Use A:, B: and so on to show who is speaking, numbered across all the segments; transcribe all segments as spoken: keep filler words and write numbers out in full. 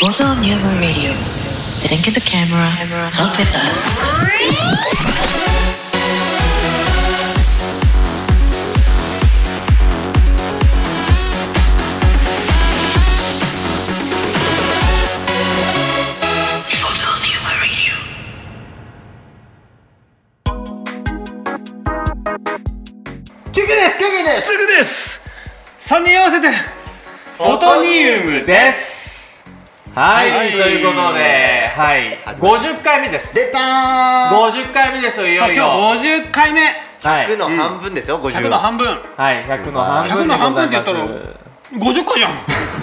A: Photo Nuevo Radio. Think of the camera, talk with us.
B: すぐです。さんにん合わせてフォトニウムです。はい、はい、ということで、はい、ごじゅっかいめです。
C: 出たー。
B: ごじゅっかいめですよ、いよいよ。
D: 今日ごじゅっかいめ。
C: ひゃくの半分ですよ、ごじゅうは。
D: ひゃくの半分。
B: はい、ひゃくの半分でございます。ひゃくの半分って言ったら
D: ごじゅっかいじゃん。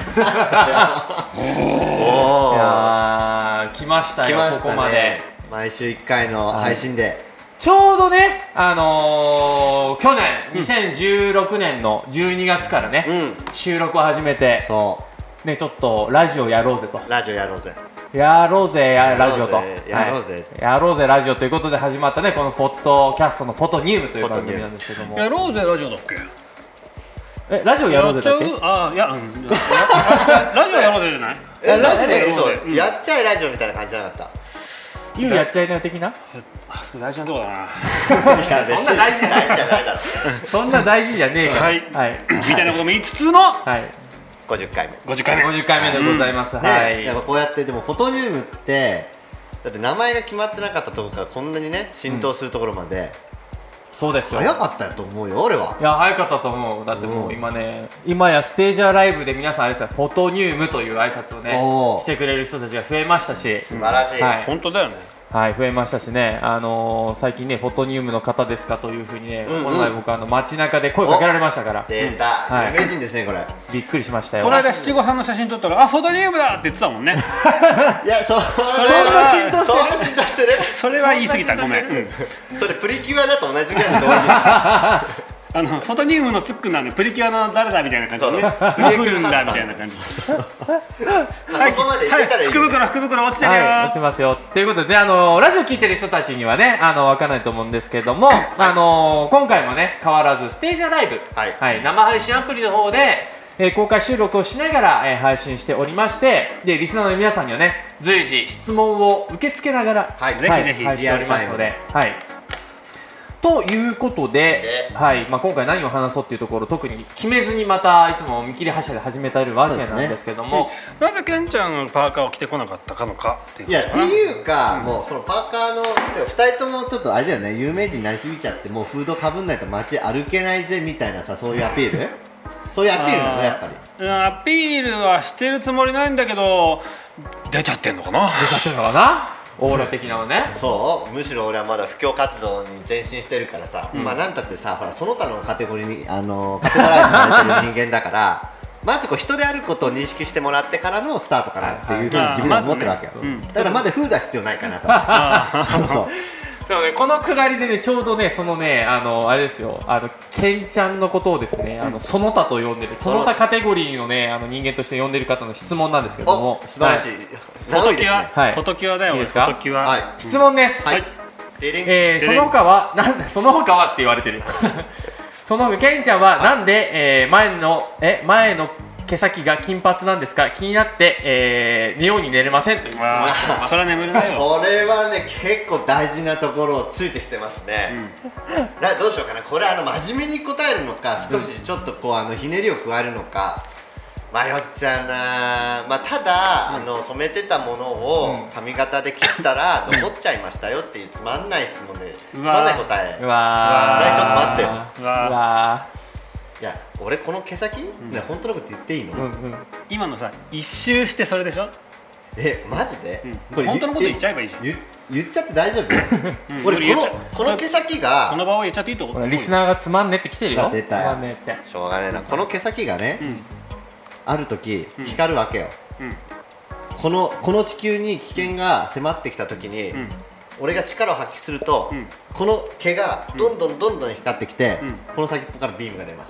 B: おお。いやー、来ましたよ、ここまで。
C: 毎週いっかいの配信で。
B: ちょうどね、あのー、去年、うん、にせんじゅうろくねんのじゅうにがつからね、うん、収録を始めて、そうね、ちょっとラジオやろうぜと。
C: ラジオやろうぜ。
B: やろうぜやラジオと。
C: やろうぜ。
B: やろうぜラジオということで始まったね、このポッドキャストのフォトニウムという番組なんですけども。
D: やろうぜラジオだっけ？
B: え、ラジオやろうぜだっけ？
D: ああ、いや、うん。ラジオやろうぜじゃない？
C: え、ラジオやっちゃえラジオみたいな感じじゃなかった？
B: ゆうやっちゃいなよ的な？
D: あ、それ大事なとこだな。
B: そんな大事じゃないだろ。そんな大事じゃねえから。はい。
D: みたいなことも言いつつの、
B: はい。
C: ごじゅっかいめ。
D: ごじゅっかいめ。
B: ごじゅっかいめでございます。はい。
C: やっぱこうやってでもフォトニウムってだって名前が決まってなかったところからこんなにね浸透するところまで。
B: そうですよ。
C: 早かったと思うよ俺は。
B: いや早かったと思う。だってもう今ね、今やステージアライブで皆さんあれですよ、フォトニウムという挨拶をねしてくれる人たちが増えましたし、
C: 素晴らしい。
D: 本当だよね。
B: はい、増えましたしね、あのー、最近ね、フォトニウムの方ですかというふうにね、うんうん、この前僕あの街中で声かけられましたから。
C: 出た、はい、有名人ですねこれ。
B: びっくりしましたよ。
D: この間七五三の写真撮ったら、あ、フォトニウムだって言ってたもんね。
C: いや、そ
B: そんな浸透してる。
C: そんな浸透してる。
D: それは言い過ぎた、ごめん。うん、
C: それプリキュアだと同じぐらいの同時。
D: あのフォトニウムのツックンなんでプリキュアの誰だみたいな感じでね、プリクルんだみたいな感じ。そこ
C: までいけたらいい。
D: 福袋福袋落ちてるよ。
B: 落ちますよ。ということで、あのラジオ聞いてる人たちにはね、あのわかんないと思うんですけども、あの今回もね変わらずステージアライブ、はい、生配信アプリの方で、えー、公開収録をしながら、えー、配信しておりまして、でリスナーの皆さんにはね随時質問を受け付けながら、
D: はい、ぜひぜひ
B: 配信しておりますので、はい。ということで、はいまあ、今回何を話そうっていうところ特に決めずにまたいつも見切り発車で始めているわけなんですけども、ね、
D: なぜケンちゃんがパーカーを着てこなかったかのかっていう。
C: いやっていうか、うん、もうそのパーカーのふたりともちょっとあれだよね、有名人になりすぎちゃってもうフードかぶんないと街歩けないぜみたいなさ、そういうアピールそういうアピールなのやっぱり。
D: アピールはしてるつもりないんだけど出ちゃってんのかな。
B: 出ちゃってんのかな。オーラ的なのね。
C: そう、むしろ俺はまだ布教活動に前進してるからさ、うん、まあなんたってさ、ほらその他のカテゴリーにあのカテゴライズされてる人間だからまずこう人であることを認識してもらってからのスタートかなっていうふうに自分では思ってるわけよ、ね、だからまだフードは必要ないかなと。そうそう
B: そうね、このくだりでねちょうどねそのねあのあれですよ、あのケンちゃんのことをですね、あのその他と呼んでるその他カテゴリーのねあの人間として呼んでる方の質問なんですけども、
C: 素晴らしい。
D: フォトキュア、はい、フォトキュアだよ。
B: いいですか。
D: フォトキュア、
B: はい、質問です。はい。えー、その他はなんだその他はって言われてる。その他ケンちゃんはなんで、えー、前のえ前の毛先が金髪なんですか。気になって、えー、寝ように寝れませんという質問です。
D: それは眠れないよ。
C: これはね結構大事なところをついてきてますね、うん、だどうしようかな。これあの真面目に答えるのか少しちょっとこうあのひねりを加えるのか迷っちゃうな。まあただ、うん、あの染めてたものを髪型で切ったら残っちゃいましたよっていうつまんない質問でつまんない答え。
B: うわ
C: ー、ちょっと待ってよ。
B: うわー、
C: いや俺この毛先、うん、ね本当のこと言っていいの、うんうん、
D: 今のさ一周してそれでしょ。
C: えマジで、
D: うん、これ本当のこと言っちゃえばいいじゃん。
C: 言, 言っちゃって大丈夫。俺このこの毛先が
D: この場を言っちゃっていいと思う。
B: リスナーがつまんねって来てるよ。
C: 出たよ。しょうがねえな。この毛先がね、うん、ある時光るわけよ、うん、このこの地球に危険が迫ってきた時に、うん、俺が力を発揮すると、うん、この毛がどんどんどんどん光ってきて、うん、この先っぽからビームが出ます。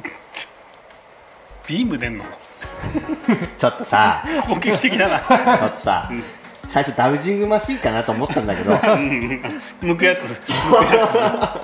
D: ビーム出んの？
C: ちょっとさ
D: 攻撃的だな。
C: ちょっとさ、うん、最初ダウジングマシンかなと思ったんだけど
D: 向くやつ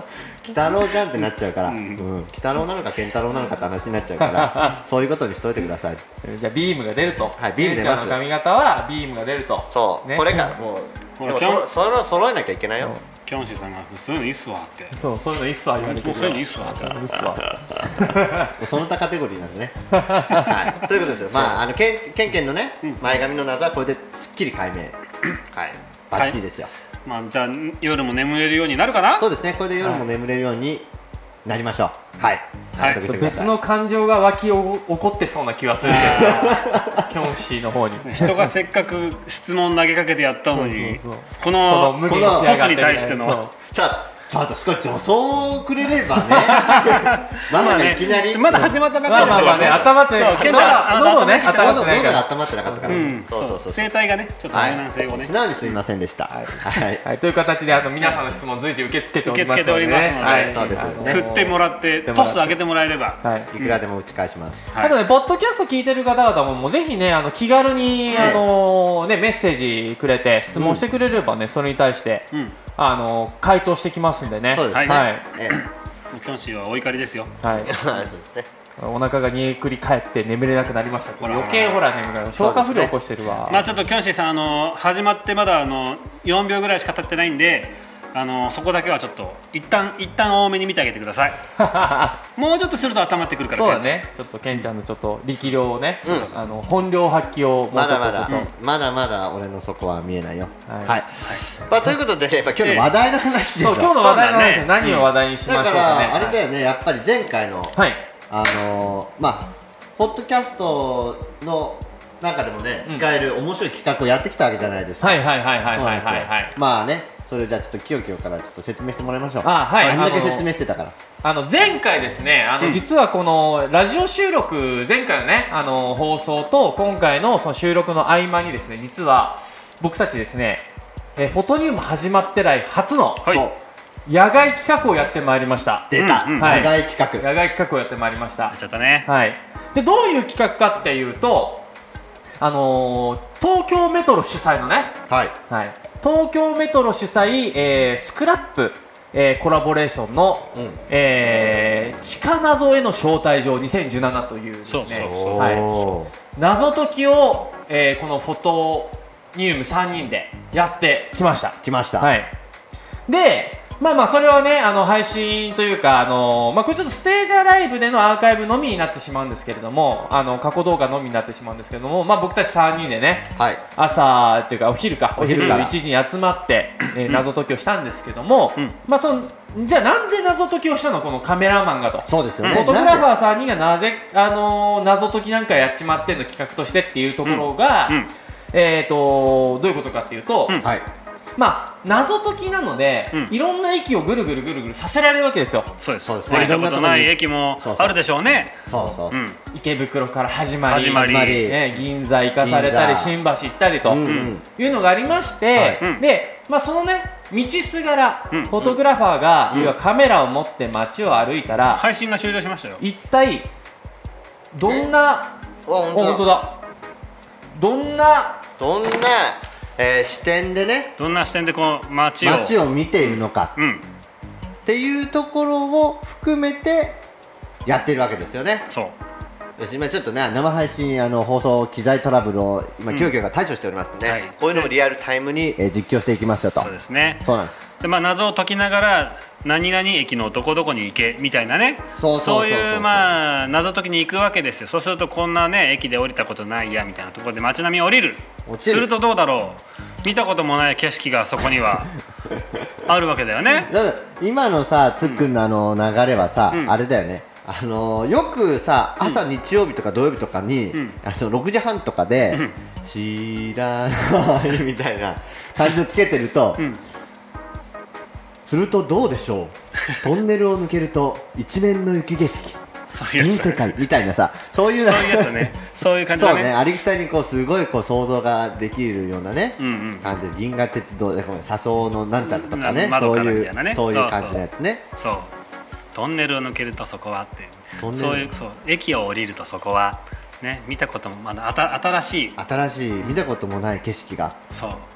C: 北郎じゃんってなっちゃうから、うん、北郎なのか健太郎なのかって話になっちゃうからそういうことにしといてください。
B: じゃあビームが出ると、
C: はい、ビーム出ます。
B: ケンちゃんの髪型はビームが出ると、
C: そう、ね、これがもうでもそそろ揃えなきゃいけないよ。
D: キョンシーさんがそういうのいいっすわって、
B: そうそういうのいいっすわ言われてるよ。
D: そういうのいいっすわっていいっすわ
C: その他カテゴリーなんでねはい、ということですよ。まああのケンケンケンのね、うん、前髪の謎はこれですっきり解明はいバッチリですよ、
D: はい、まあじゃあ夜も眠れるようになるかな。
C: そうですね、これで夜も眠れるようになりましょう。はい、
B: はい、別の感情が湧き起こってそうな気がするけどキョンシーの方に
D: 人がせっかく質問投げかけてやったのに
B: そうそうそう、
D: この
B: ト
D: スに対しての
C: ちょちょっと少し助走をくれればねまさかいきなり
D: まだ始まったばかり
B: まあまあね、頭って喉ね、頭
C: が温まってなかったから、
D: そうそうそう、声帯がねちょっと柔軟性をね、
C: 素直にすみませんでした。
B: はい、という形であの皆さんの質問随時受け付けておりますので、
D: 受け付けておりますので、
C: そうです
D: 振ってもらってトス上げてもらえれば
C: いくらでも打ち返します。
B: あとね、ポッドキャスト聞いてる方々ももうぜひね、あの気軽にあのねメッセージくれて質問してくれればね、それに対してあの回答してきますんでね。
C: そうですね。はい。
D: キョンシーはお怒りですよ。
B: はい。そうですね。お腹が煮えくり返って眠れなくなりました。余計ほら眠くなる。消化不良起こしてるわ。
D: まあちょっとキョンシーさん、あの始まってまだあのよんびょうぐらいしか経ってないんで、あのそこだけはちょっと一旦一旦多めに見てあげてください。もうちょっとすると温まってくるから。
B: そうだね。ちょっとケンちゃんのちょっと力量をね、あの本領発揮を
C: まだまだまだまだ俺の底は見えないよ。はい。まあということでね、やっぱ今日の話題の話で。
B: そう、今日の話題の話で何を話題にしましょうかね。
C: だからあれだよね、やっぱり前回のあのまあポッドキャストの中でもね使える面白い企画をやってきたわけじゃないですか。
B: はいはいはいはいはいはい。
C: まあね。それじゃあちょっとキヨキヨからちょっと説明してもらいましょう。
B: あ、はい。
C: あんだけ説明してたから。
B: あの前回ですね、あの実はこのラジオ収録前回のねあの放送と今回のその収録の合間にですね、実は僕たちですね、えフォトニウム始まって来初の野外企画をやってまいりました。
C: 出た。野外企画。
B: 野外企画をやってまいりました。
D: やっちゃったね。
B: はい。でどういう企画かっていうと、あの東京メトロ主催のね。
C: はい。
B: はい。東京メトロ主催、えー、スクラップ、えー、コラボレーションの、うん、えー、地下謎への招待状にせんじゅうななというですね、はい、謎解きを、えー、このフォトニウムさんにんでやってきました。
C: きました。
B: はい。で、まあまあそれはね、あの配信というか、あのまあこれちょっとステージアライブでのアーカイブのみになってしまうんですけれども、あの過去動画のみになってしまうんですけれども、まあ僕たちさんにんでね、はい、朝っていうかお昼かお昼からいちじに集まって、えー、謎解きをしたんですけども、うん、まあそのじゃあなんで謎解きをしたのこのカメラマンがと。
C: そうですよね。
B: フォトグラファーさんにんがなぜあのー、謎解きなんかやっちまってんの企画としてっていうところが、うんうん、えっ、ー、とどういうことかっていうと。うん、はい。まあ謎解きなので、うん、いろんな駅をぐるぐるぐるぐるさせられるわけですよ。
D: そうですそうですね。いろんなことない駅もあるでしょうね。
C: そうそうそう、うん、
B: 池袋から始まり、
D: 始まり、
B: ね、銀座行かされたり新橋行ったりと、うん、いうのがありまして、はい、で、まあ、そのね道すがら、うん、フォトグラファーが、うん、要はカメラを持って街を歩いたら、
D: 配信が終了しましたよ。
B: 一体どんな、本当だどんな
C: どんなえー、視点でね、
D: どんな視点でこう街を
C: 街を見ているのか、うん、っていうところを含めてやってるわけですよね。
D: そう
C: 今ちょっとね生配信あの放送機材トラブルを今キヨキヨが対処しておりますので、うん、はい、こういうのもリアルタイムに、えー、実況していきますよと。
D: そうですね。
C: そうなんです。
D: で、まあ、謎を解きながら何々駅のどこどこに行けみたいなね、そういうまあ謎解きに行くわけですよ。そうするとこんなね駅で降りたことないやみたいなところで街並みを降りるするとどうだろう、見たこともない景色がそこにはあるわけだよね。
C: だから今のさつっくんのあの流れはさ、うん、あれだよね、あのー、よくさ朝日曜日とか土曜日とかに、うん、あのろくじはんとかで、うん、知らないみたいな感じをつけてると、うん、するとどうでしょうトンネルを抜けると一面の雪景色銀世界みたいなさ、そういう
D: そういうやつね、そういう感じだね。
C: そうね、ありきたりにこうすごいこう想像ができるようなね、うんうん、感じで銀河鉄道で車窓のなんちゃらとかね、
D: うん、
C: そういうそういう感じのやつね。
D: そうそうそう、トンネルを抜けるとそこはって、そういうそう駅を降りるとそこはね、見たこともまだあた新しい
C: 新しい見たこともない景色が、
D: そう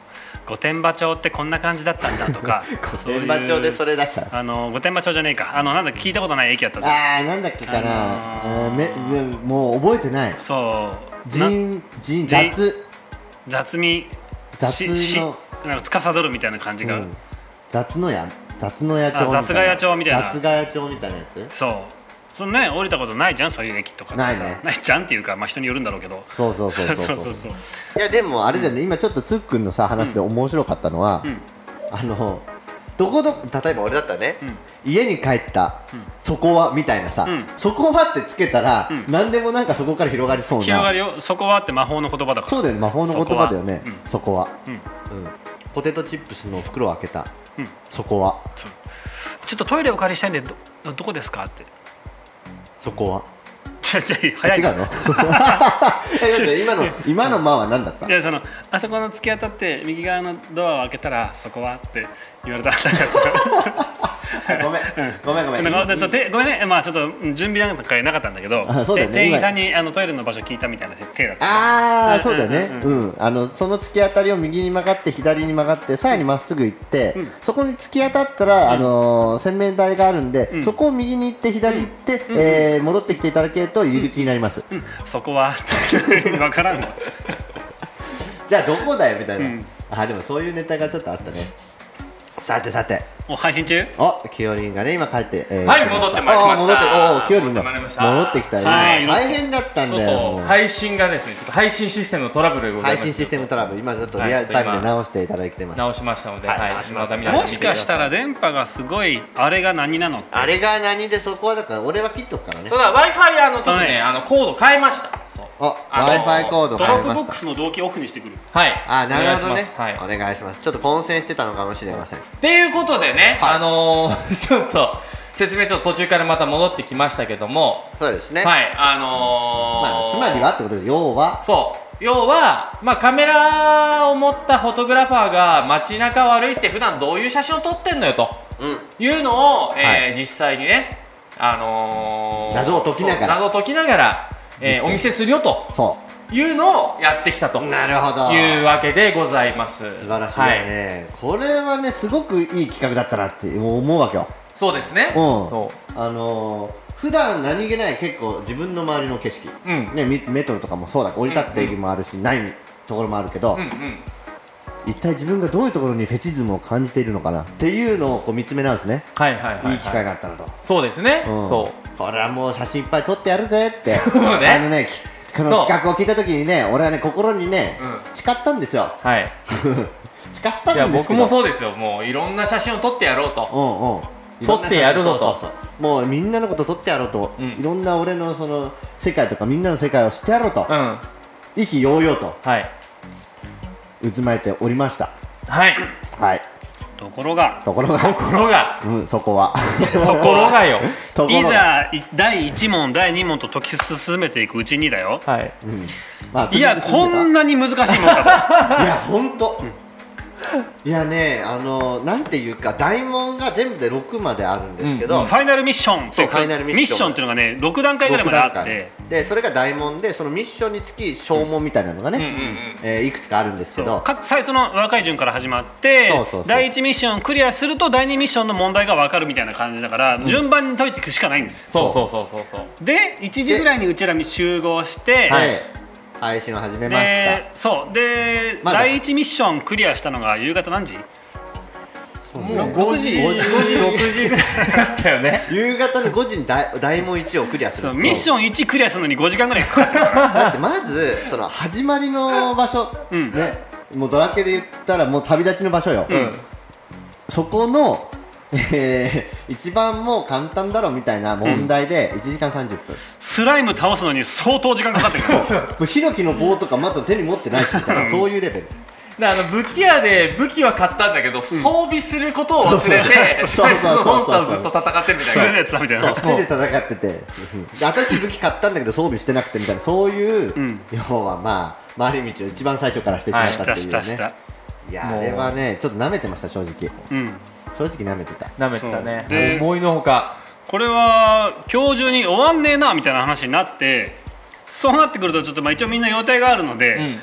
D: 御殿場町ってこんな感じだったんだとか
C: 御殿場町でそれ出した
D: あの御殿場町じゃねえかあのなんだ聞いたことない駅やったじゃん
C: ああなんだっけかな、
D: あのー、
C: めめもう覚えてない
D: そう
C: 人人雑
D: 雑味
C: 雑の
D: なんか司るみたいな感じが、うん、
C: 雑のや雑のや町みたいな
D: 雑がや町みたいな
C: 雑がや町みたいなやつ
D: そうそのね降りたことないじゃんそういう駅とか
C: ないね
D: ないじゃんっていうかまあ人によるんだろうけど
C: そうそうそうそうそうそうそういやでもあれだよね、うん、今ちょっとつっくんのさ話で面白かったのは、うん、あのどこどこ例えば俺だったらね、うん、家に帰った、うん、そこはみたいなさ、うん、そこはってつけたら、うん、何でもなんかそこから広がりそうな
D: 広がるよそこはって魔法の言葉だから
C: そうだよね魔法の言葉だよねそこは、うんうん、ポテトチップスの袋を開けた、うん、そこは
D: ちょっとトイレお借りしたいんで ど, どこですかって
C: そこは
D: 違
C: うのえ今の今の間は何だった
D: いやそのあそこの突き当たって右側のドアを開けたらそこはって言われた
C: ごめんごめんごめん
D: ごめんごめんねまあちょっと準備なんかなかったんだけど
C: そうだよね
D: 店員さんにあのトイレの場所聞いたみたいな手だった
C: ああそうだよねうんあのその突き当たりを右に曲がって左に曲がってさらにまっすぐ行ってそこに突き当たったらあの洗面台があるんでそこを右に行って左行ってえ戻ってきていただけると入り口になります
D: そこは分からんの
C: じゃあどこだよみたいなあでもそういうネタがちょっとあったねさてさて
D: もう配信中
C: おきよりんがね今帰って、
B: えー、はい戻ってまいりました
C: 戻っておおきよりんが戻ってきた、はい、大変だったんだよ
B: 配信がですねちょっと配信システムのトラブルでございます
C: 配信システムトラブル今ずっとリアルタイムで直していただいてます
B: 直しましたので、はいはい、また
D: 皆さんもしかしたら電波がすごいあれが何なの
C: あれが何でそこはだから俺は切っとくからね
B: そうだ Wi-Fi あのちょっとねあのコード変えました
C: あ Wi-Fi コード変えました
D: ドロップボックスの同期オフにしてくる
B: はい
C: あなるほどねお願いしますちょっと混戦してたのかもしれません
B: っていうことでねあのちょっと説明ちょっと途中からまた戻ってきましたけども
C: そうですね
B: はいあの
C: まあつまりはってことで要は
B: そう要はまあカメラを持ったフォトグラファーが街中を歩いて普段どういう写真を撮ってんのよというのをえ実際にねあの
C: 謎を解きながら
B: 謎を解きながらえお見せするよとそういうのをやってきたと
C: なるほど
B: いうわけでございます
C: 素晴らしいね、はい、これはねすごくいい企画だったなって思うわけよ
B: そうですね、うん、
C: そうあのー、普段何気ない結構自分の周りの景色、うんね、メトロとかもそうだ降り立った駅もあるし、うんうん、ないところもあるけど、うんうん、一体自分がどういうところにフェチズムを感じているのかなっていうのをこう見つめ直すね、
B: はいはいはいはい、
C: いい機会があったのと
B: そうですね、
C: うん、
B: そう
C: これはもう写真いっぱい撮ってやるぜってそうねあのねこの企画を聞いたときにね俺はね心にね、うん、誓ったんですよ
B: はい
C: 誓ったんですけどいや
B: 僕もそうですよもういろんな写真を撮ってやろうと
C: うんうん
B: 撮ってやるぞとそうそう
C: そうもうみんなのこと撮ってやろうと、うん、いろんな俺のその世界とかみんなの世界を知ってやろうと、うん、意気揚々と、はい、渦巻いておりました
B: はい
C: はい
D: ところが
C: ところが
B: ところが、
C: うん、そこは
B: ところがよ
D: いざだいいち問だいに問と解き進めていくうちにだよ
B: はい、うん
D: まあ、いやこんなに難しいもんか
C: といやほんと、うんいやねあのなんていうか大問が全部でろくまであるんですけど、うん、
D: ファイナルミッションそうファイナルミッションっていうのがねろく段階ぐらいまであって
C: でそれが大問でそのミッションにつき小問みたいなのがね、うんえー、いくつかあるんですけど
D: 最初の若い順から始まってそうそうそうだいいちミッションをクリアするとだいにミッションの問題が分かるみたいな感じだから、うん、順番に解いていくしかないんです
B: よ、うん、そうそうそうそうそう
D: でいちじぐらいにうちら集合して
C: はい配信を始めました
D: そうで、ま、だいいちミッションクリアしたのが夕方何時
B: もうごじろくじぐらいだったよね
C: 夕方のごじに大問いちをクリアする
D: ミッションいちクリアするのにごじかんぐらいかかる
C: だってまずその始まりの場所、うん、ねもうドラケで言ったらもう旅立ちの場所よ、うん、そこのえー、一番もう簡単だろみたいな問題でいちじかんさんじゅっぷん、うん、
D: スライム倒すのに相当時間かかってる
C: そうそうヒノキの棒とかまだ手に持ってないしみたいなそういうレベル
B: であの武器屋で武器は買ったんだけど、うん、装備することを忘れて最初のモンスターをずっと戦ってるみたいな
D: 素手でやつみたいな
C: そう素手で戦ってて私武器買ったんだけど装備してなくてみたいなそういう、うん、要はまあ回り道を一番最初からしてしまったっていうね、はい、したしたいやあれはねちょっと舐めてました正直、うん正直舐めてた
B: 舐めてたね思いのほか
D: これは今日中に終わんねえなみたいな話になってそうなってくるとちょっとまあ一応みんな予定があるので、うん、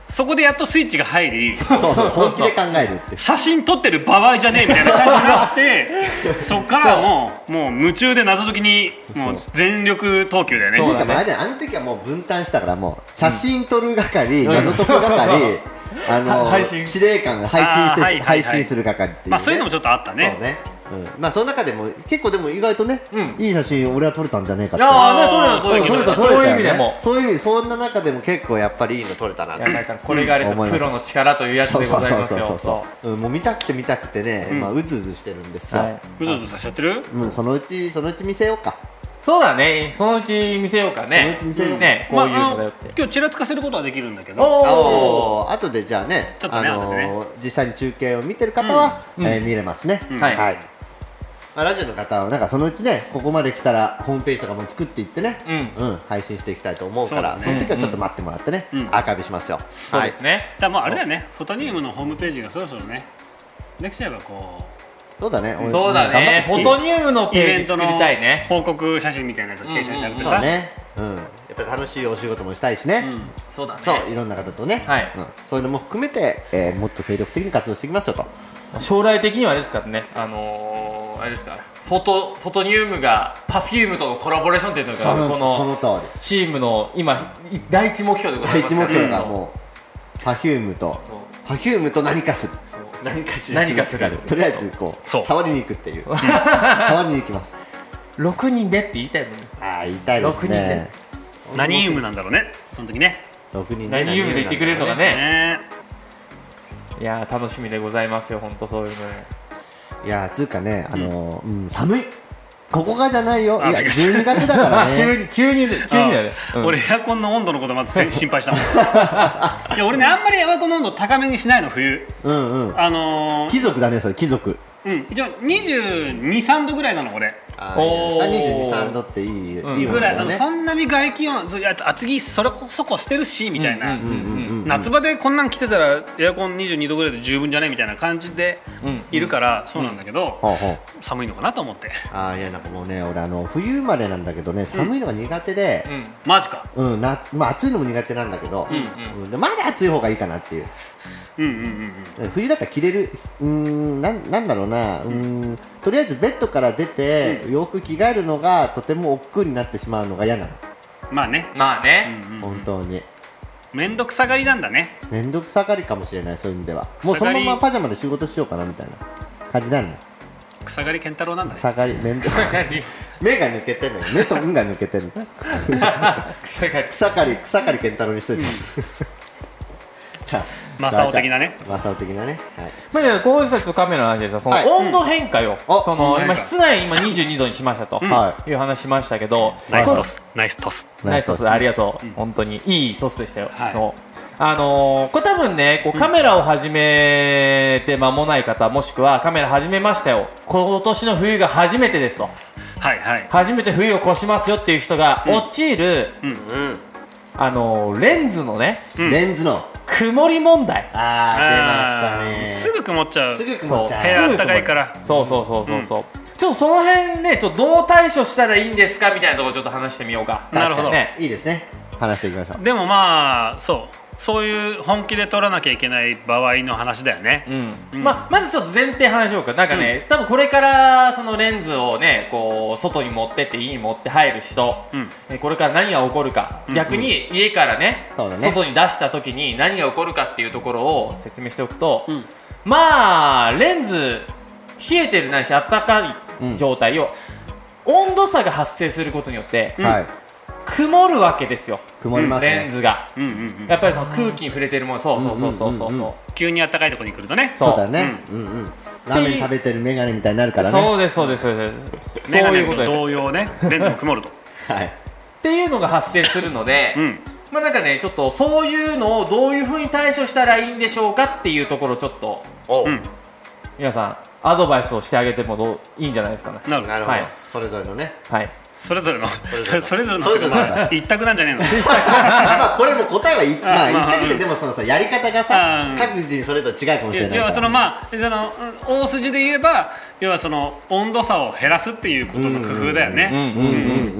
D: そこでやっとスイッチが入り、
C: そうそう本気で考えるって
D: 写真撮ってる場合じゃねえみたいな感じになってそっからもうもう夢中で謎解きにもう全力投球だよね。
C: ていうかもうあれだよ、あの時はもう分担したからもう写真撮る係、謎解く係、あの
B: 配信
C: 司令官が配信して、
D: あーはいはいはい
C: 配信する係っていうね。
D: まあそういうのもちょっとあったね。
C: そうね、うん、まあその中でも結構でも意外とね、
B: うん
C: いい写真俺は撮れたんじゃねえかって。
B: いやーね撮れた
C: そう
B: 撮れた
C: 撮れた
B: そういう
C: よね
B: 意味でも
C: そういう意味、そんな中でも結構やっぱりいいの撮れたなって。
B: いやだからこれがあれですよ、
C: うん思います
B: プロの力というやつでございますよ。
C: そう、うん、もう見たくて見たくてね、まあうずうずしてるんですよ、
B: はいう
D: ずうずさしちゃってる。
C: うん、そのうちそのうち見せようか。
B: そうだね、そのうち見せようかね。
C: そのうち見せよう
B: ね、こういうのだよって。
D: まああの今日ちらつかせることはできるんだけど、
B: お
C: おー、後でじゃあね、
D: ちょっとね
C: あの
D: 後でね
C: ー実際に中継を見てる方は、
B: うん
C: えー見れますね、
B: んはい
C: まあ、ラジオの方はなんかそのうちね、ここまで来たらホームページとかも作っていってね、
B: うん
C: うん、配信していきたいと思うから、そ,、
D: そうだね
C: の時はちょっと待ってもらってね、
D: うん
C: アーカイブしますよ。
B: そうですね。
D: だからもうあれだよね、フォトニウムのホームページがそろそろねできちゃえばこう
C: そうだね、俺
B: そうだね、フォトニウムの
D: イ
B: ページ作
D: ベントの
B: りたいね。
D: 報告写真みたいなやつが掲載されてさ、
C: そうね、うん、やっぱり楽しいお仕事もしたいしね、
B: そうだね。
C: そういろんな方とね、
B: はい
C: うん、そういうのも含めて、えーもっと精力的に活動していきますよと。
B: 将来的にはあれですからね、あのー、あれですから、フォトフォトニウムが Perfume とのコラボレーションっていうの
C: その
B: がこ
C: その
B: の
C: 通り。
B: チームの今い第一目標でございますから。
C: 第一目標がもう Perfume と
B: そう
C: Perfume と何かする、
B: そう
C: 何かし
B: 何かする
C: とりあえずこう
D: そう
C: 触りに行くっていう触りに行きます。
B: ろくにんでって言いたいもんね。
C: ああ言いたいですね。
D: 何ユームなんだろうねその時ね。
C: ろくにん
B: 何ユームで言ってくれるのかね。
D: ね
B: いやー楽しみでございますよ、本当そういうの。
C: いやーつうかね、あのーうん寒い、ここがじゃないよ、いや
D: あびっくりした
C: じゅうにがつだから
B: 急
C: ね
B: に急に急にだよね。うん
D: 俺エアコンの温度のことまず心配したもんいや俺ねあんまりエアコンの温度高めにしないの冬。
C: うんうん
D: あのー
C: 貴族だねそれ、貴族。
D: うん、一応にじゅうに、さんどぐらいなの俺
C: あ
B: おー
C: にじゅうに、さんどっていい、
B: うん
C: いいも
D: ぐらい、あの
C: んだよね。
D: そんなに外気温そういや厚着それこそこしてるしみたいな、
B: うんうんうんうん
D: 夏場でこんなん着てたらエアコンにじゅうにどぐらいで十分じゃねみたいな感じで
B: うん
D: いるからそうなんだけど、
C: ほうほう。
D: 寒いのかなと思って。
C: あーいやなんかもうね、俺あの冬生まれなんだけどね、寒いのが苦手で、
B: うん
D: マジか。
C: うん、なまあ暑いのも苦手なんだけど、
B: うん
C: うんでまだ暑い方がいいかなっていう。
D: うんうんうんうん
C: 冬だったら着れる、うーんなんなんだろうな、うーんとりあえずベッドから出て、洋服着替えるのがとても億劫になってしまうのが嫌なの、
D: まあね、
B: まあね。
C: 本当に。
D: 面倒くさがりなんだね。
C: めんどくさがりかもしれない、そういう意味では。もうそのままパジャマで仕事しようかなみたいな感じになるの。
D: 草刈り健太郎なんだね。
C: 草刈り、めんどくさ目が抜けてんのよ、目と運が抜けてる
B: 草刈り
C: 草刈り、草刈り健太郎にしといてじゃあ
D: マサオ的なね。
C: マサオ的なね、はい。
B: まあ、じゃあこういう人たちのカメラの話でさ、その
C: はい
B: 温度変化よ、
C: お
B: その
D: 温度変化
B: 今室内今にじゅうにどにしましたと、
C: は
B: いう話しましたけど、
D: ナイス
B: こ
D: トスナイストス。
B: ナイストスありがとう、本当にいいトスでしたよ、
D: はい
B: そうあのー、これ多分ねこうカメラを始めて間もない方、もしくはカメラ始めましたよ、今年の冬が初めてですと、
D: はいはい。
B: 初めて冬を越しますよっていう人が陥る、
C: うん、
B: あのー、レンズのね
C: レンズの
B: 曇り問題、
C: あー出ましたね。
D: すぐ曇っちゃう。
C: すぐ曇っちゃう。
D: 部屋あったかいから。
B: そうそうそうそうそう、ちょっとその辺ねちょっとどう対処したらいいんですかみたいなところちょっと話してみようか。
D: なるほど
B: 確かにね。
C: いいですね、話していきましょう。
D: でもまあそうそういう本気で撮らなきゃいけない場合の話だよね。
B: うんまあ、まずちょっと前提話しようか。なんかね、多分これからそのレンズをねこう外に持ってって家に持って入る人、
D: うん
B: えこれから何が起こるか、逆に家からね
C: そうだね
B: 外に出した時に何が起こるかっていうところを説明しておくと、
D: ん
B: まあレンズ冷えてるないし暖かい状態を、温度差が発生することによって、
C: はい、
B: 曇るわけですよ、
C: 曇りますね。
B: レンズが。
D: うんうんうん。
B: やっぱりその空気に触れてるもの、そうそうそうそうそうそう、
D: 急に暖かいところに来るとね。
C: そうだね。うんうん。ラーメン食べてるメガネみたいになるからね。
B: そうですそうですそうですそう
D: メガネと
B: いうことです。
D: 同様ね。レンズも曇ると。
C: はい。
B: っていうのが発生するので、
D: うん。
B: まあなんかねちょっとそういうのをどういうふうに対処したらいいんでしょうかっていうところをちょっと
D: うん。
B: 皆さんアドバイスをしてあげてもどういいんじゃないですかね。
D: なるほど。
C: なるほど、
B: はい
C: それぞれのね。
B: はい。
D: それぞれのそれそれぞれの
C: それぞれの
D: まあ一択なんじゃねえの。
C: まあこれも答えはいまあ
D: まあ
C: 言ったけど、でもそのさやり方がさ
D: うん
C: 各人それぞれ違うかもしれないから。
D: 要はそのまあそのうん大筋で言えば要はその温度差を減らすっていうことの工夫だよね。
C: うんうんうん。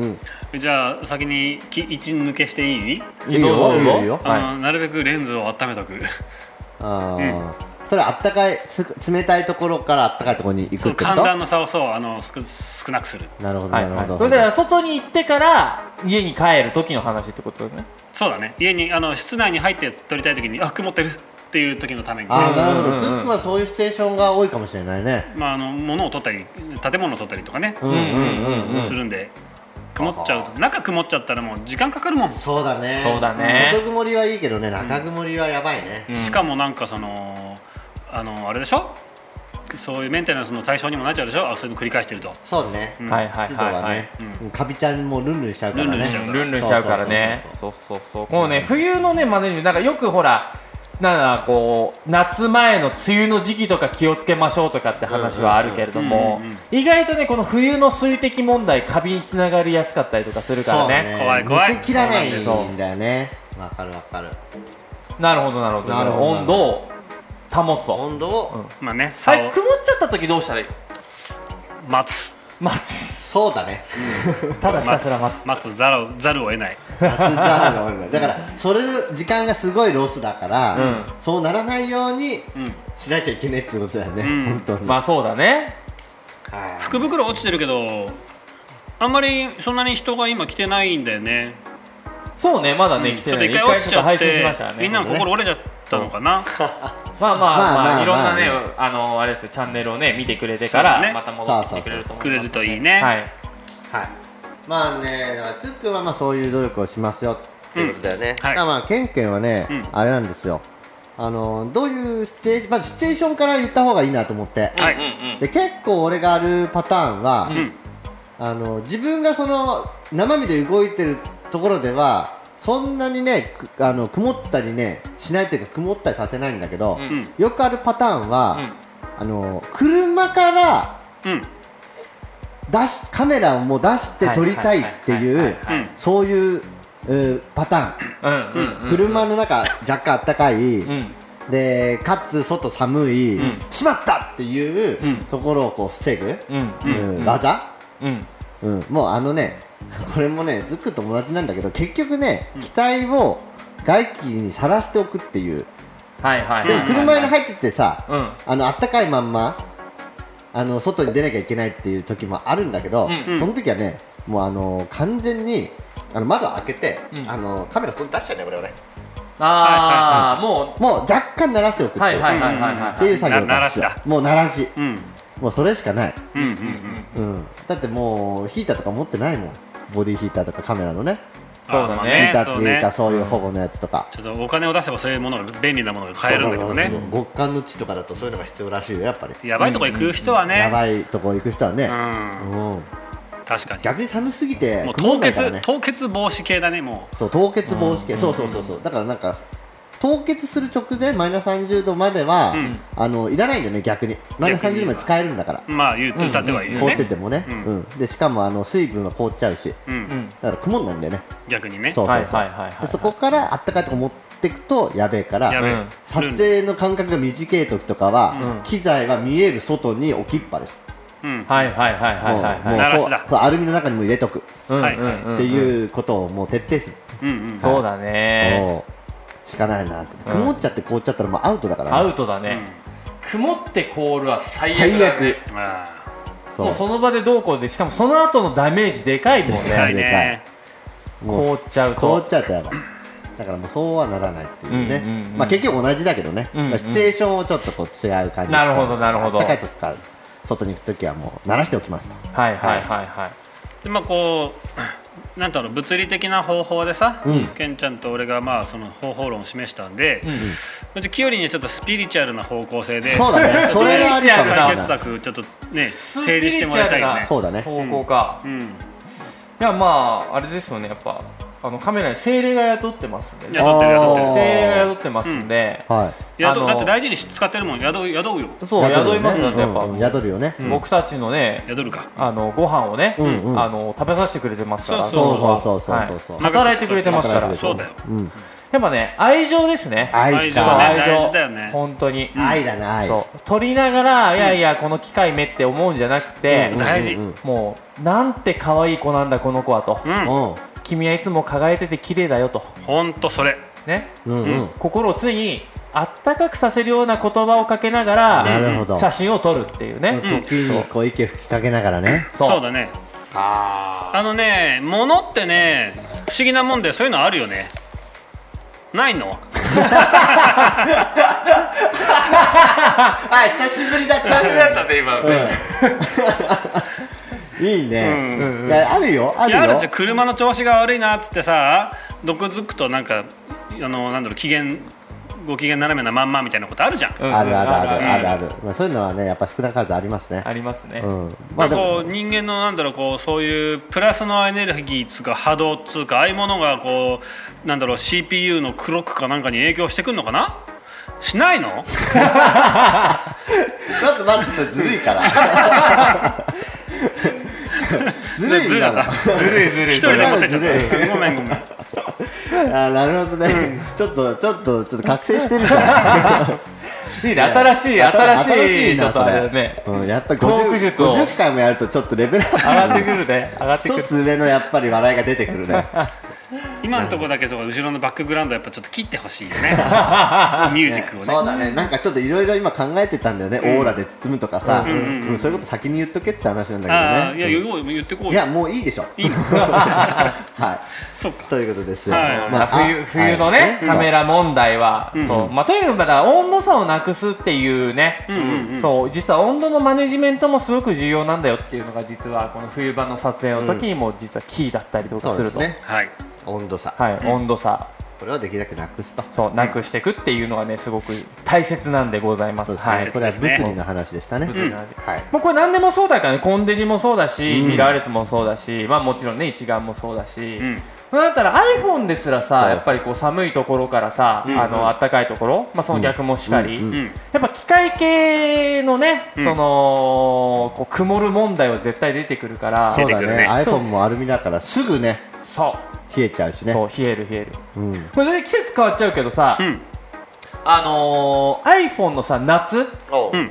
D: じゃあ先にき一抜けしていい？
C: いいよいいよいいよ。
D: あのなるべくレンズを温めとく。
C: ああ、それあったかい冷たいところからあったかいところに行くってこと？
D: 寒暖の差をそうあの少少なくする。
C: なるほどなるほど。
B: これで外に行ってから家に帰る時の話ってことね。
D: そうだね。家にあの室内に入って撮りたい時にあ曇ってるっていう時のために。
C: ああなるほど。ズックはそういうシチュエーションが多いかもしれないね。
D: まああの物を撮ったり建物を撮ったりとかね。
C: うんうんうんうん。
D: するんで。曇っちゃうと中曇っちゃったらもう時間かかるもん。
C: そうだね。
B: そうだね。
C: 外曇りはいいけどね、中曇りはやばいね。
D: うん、しかもなんかそのあのあれでしょ。そういうメンテナンスの対象にもなっちゃうでしょ。あそういうの繰り返してると。
C: そうね。
B: うん、はいはい
C: 湿度はね、うん、カビちゃんもルンルンしちゃうからね。
B: ルンルンしちゃうからね。そうそうそう。こうね冬のねまでになんかよくほら。なんかこう夏前の梅雨の時期とか気をつけましょうとかって話はあるけれども意外とねこの冬の水滴問題カビにつながりやすかったりとかするからね。
C: そうね
D: 怖い怖い。
C: 抜けきらないんだよね。わかるわかる。
B: なるほどなるほど。なるほど温度を保つと。
C: 温度を、
D: うん、まあね。
B: はい曇っちゃった時どうしたらいい？
D: 待つ。
B: 待つ。
C: そうだね。
B: ただひたすら待つ。
D: 待つざるざるを得ない。
C: 待つざるを得ない。だからそれ時間がすごいロスだから、うん、そうならないようにしなきゃいけないってことだよね。うん、本当に。
B: まあそうだね。
D: 福袋落ちてるけどあんまりそんなに人が今来てないんだよね。
B: そうねまだね、うん、来てない。
D: ちょっと一回落ちちゃって
B: 配信しましたね。
D: みんなの心折れちゃったのかな。
B: まあまあまあいろんなねあのあれですよチャンネルをね見てくれてからまた戻ってきてくれると思います。
D: くれるといいね。
B: はい
C: はい。まあねだからつっくんはまあそういう努力をしますよっていうことだよね。だからまあケンケンはねあれなんですよ。あのどういうシチュエーションまずシチュエーションから言った方がいいなと思って。で結構俺があるパターンはあの自分がその生身で動いてるところでは。そんなにねあの曇ったりねしないというか曇ったりさせないんだけど、うん、よくあるパターンは、うん、あの車から出しカメラをもう出して撮りたいっていうそういうパターン車の中若干あったかい、うん、でかつ外寒い、うん、しまったっていうところをこう防ぐ、うんうん、技、うんうん、もうあのねこれもねズックと同じなんだけど結局ね機体を外気にさらしておくっていう。でも車に入っててさ、うん、あのあったかいまんまあの外に出なきゃいけないっていう時もあるんだけど、うん、その時はねもうあの完全にあの窓を開けて、うん、あのカメラ外に出しちゃうね俺はね。
B: ああも
C: うもう若干鳴らしておくっていうっていう作業なんですよ。もう鳴らし、うん、もうそれしかない。だってもうヒーターとか持ってないもん。ボディヒーターとかカメラのね。
B: そうだね。
C: ヒーターっていうかそういう保護のやつとか。
D: ちょっとお金を出せばそういうものが便利なものが買えるんだけどね。
C: 極寒の地とかだとそういうのが必要らしいよやっぱり。
D: やばいとこ行く人はね。
C: やばいとこ行く人はね。
D: 確かに。
C: 逆に寒すぎて
D: 凍結凍結防止系だねもう。
C: そう凍結防止系。そうそうそうそうだからなんか。凍結する直前マイナスさんじゅうどまでは、うん、あのいらないんだよね逆にマイナスさんじゅうどまで使えるんだから
D: まあ言ってたってはいいよね、
C: 凍っててもね、うんうん、でしかもあの水分は凍っちゃうし、うん、だから曇んないんだよね
D: 逆にね
C: そうそうそうでそこからあったかいとこ持っていくとやべえから撮影の間隔が短い時とかは、うん、機材は見える外に置きっぱです、
B: うん、はいはいはいはいはい
C: もうそうアルミの中にも入れとく、うん、っていうことをもう徹底する、
B: うんうん、そうだね
C: そうしかないなって、うん、曇っちゃって凍っちゃったらもうアウトだからね
B: アウトだね、うん、曇って凍るは最悪だね最悪そうもうその場でどうこうでしかもその後のダメージでかいもんね
C: でかいでかい
B: 凍っちゃうと
C: 凍っちゃうとやばいだからもうそうはならないっていうね、うんうんうん、まあ結局同じだけどね、うんうんまあ、シチュエーションをちょっとこう違う感じで
B: なるほどなるほど
C: 暖かい時から外に行く時はもう慣らしておきますと
B: はいはいはいはい
D: でまあこうなんだろう物理的な方法でさ、うん、ケンちゃんと俺がまあその方法論を示したんで、うんうん、うちキヨリにはちょっいちょっとスピリチュアルな方向性で
C: そうだねそれがあるかもしれない
D: 解決策ちょっとね提示してもらいたいよね
C: そうだね
B: 方向か、うんうん、いやまああれですよねやっぱあのカメラに精霊が宿ってますんで、ね、
D: 宿ってる宿ってる
B: 精霊が宿ってますんで、
C: うんはい、
D: 宿だって大事に使ってるもん宿宿うよ
B: そう宿,、ね、宿いますのでやっぱ、
C: うんうん、宿るよね、
B: うん、僕たちのね
D: 宿るか
B: あのご飯をね、うんうん、あの食べさせてくれてますから
C: そうそうそうそうそう、
B: はい、働いてくれてますから
D: そうだよ、
C: うん、
B: やっぱね愛情ですね。
C: 愛
D: 情ね大事だよね
B: 本当に
C: 愛だな愛。
B: そう撮りながら、いやいやこの機械めって思うんじゃなくて、
D: 大事。
B: もうなんて可愛い子なんだこの子はと、
C: うん
B: 君はいつも輝いてて綺麗だよと
D: ほんとそれ
B: ね、
C: うんうん。
B: 心を常にあったかくさせるような言葉をかけながら
C: なるほど。
B: 写真を撮るっていうね。
C: 時にこう息吹きかけながらね。
D: そうだね。あのね物ってね不思議なもんでそういうのあるよね。ないの？
C: あ、久しぶりだった。
B: だったね今ね。
C: いいね。いやあるよあるよ。
D: あるし車の調子が悪いなっつってさ、どこづくとなんかあのなんだろう機嫌ご機嫌斜めなまんまみたいなことあるじゃん。
C: あるあるあるあるある。まあそういうのはねやっぱ少なからずありますね。
B: ありますね。
D: まあこう人間のなんだろうこうそういうプラスのエネルギーつうか波動つうかああいうものがこうなんだろう シーピーユー のクロックかなんかに影響してくるのかな？しないの？
C: ちょっと待ってそれずるいから。ずるいなの。
B: ずるいずるい。
D: 一人で持ってっちゃった。ごめんごめん。
C: あ、なるほどね。ちょっとちょっとちょっと覚醒してるじゃん。
B: いいね、新しい新しい
C: なそれ
B: ね。
C: うん、やっぱり
B: トーク術を
C: ごじゅっかいもやるとちょっとレベル
B: 上がってくるね。上がってくる。
C: 一つ上のやっぱり笑いが出てくるね。
D: 今のところだけそう後ろのバックグラウンドやっぱちょっと切ってほしいよね。ミュージックをね。
C: そうだね。なんかちょっといろいろ今考えてたんだよね。オーラで包むとかさ、うんそういうこと先に言っとけって話なんだけどね。
D: いや言ってこうよ。
C: いやもういいでしょ。はい。
D: そうか。
C: ということですよ。
B: まあ冬冬のねカメラ問題は、そうまあとにかくまだ温度差をなくすっていうね、そう実は温度のマネジメントもすごく重要なんだよっていうのが実はこの冬場の撮影の時にも実はキーだったりとかすると。
D: はい。
C: 温度差、
B: はい、温度差、
C: これをできるだけなくすと、
B: そうなくしていくっていうのがねすごく大切なんでございます。
C: はい、これは物理の話でしたね。
B: 物理の話、はい。もうこれ何でもそうだからね、コンデジもそうだし、ミラーレスもそうだし、まあもちろんね一眼もそうだし、だったら iPhone ですらさ、やっぱりこう寒いところからさ、あの暖かいところ、まあその逆もしかり、やっぱ機械系のね、そのこう曇る問題は絶対出てくるから、
C: そうだね。iPhone もアルミだからすぐね。
B: そう。
C: 冷えちゃうしね。
B: そう冷える冷える、うん、これで季節変わっちゃうけどさ、うん、あのー、iPhone のさ夏、うん、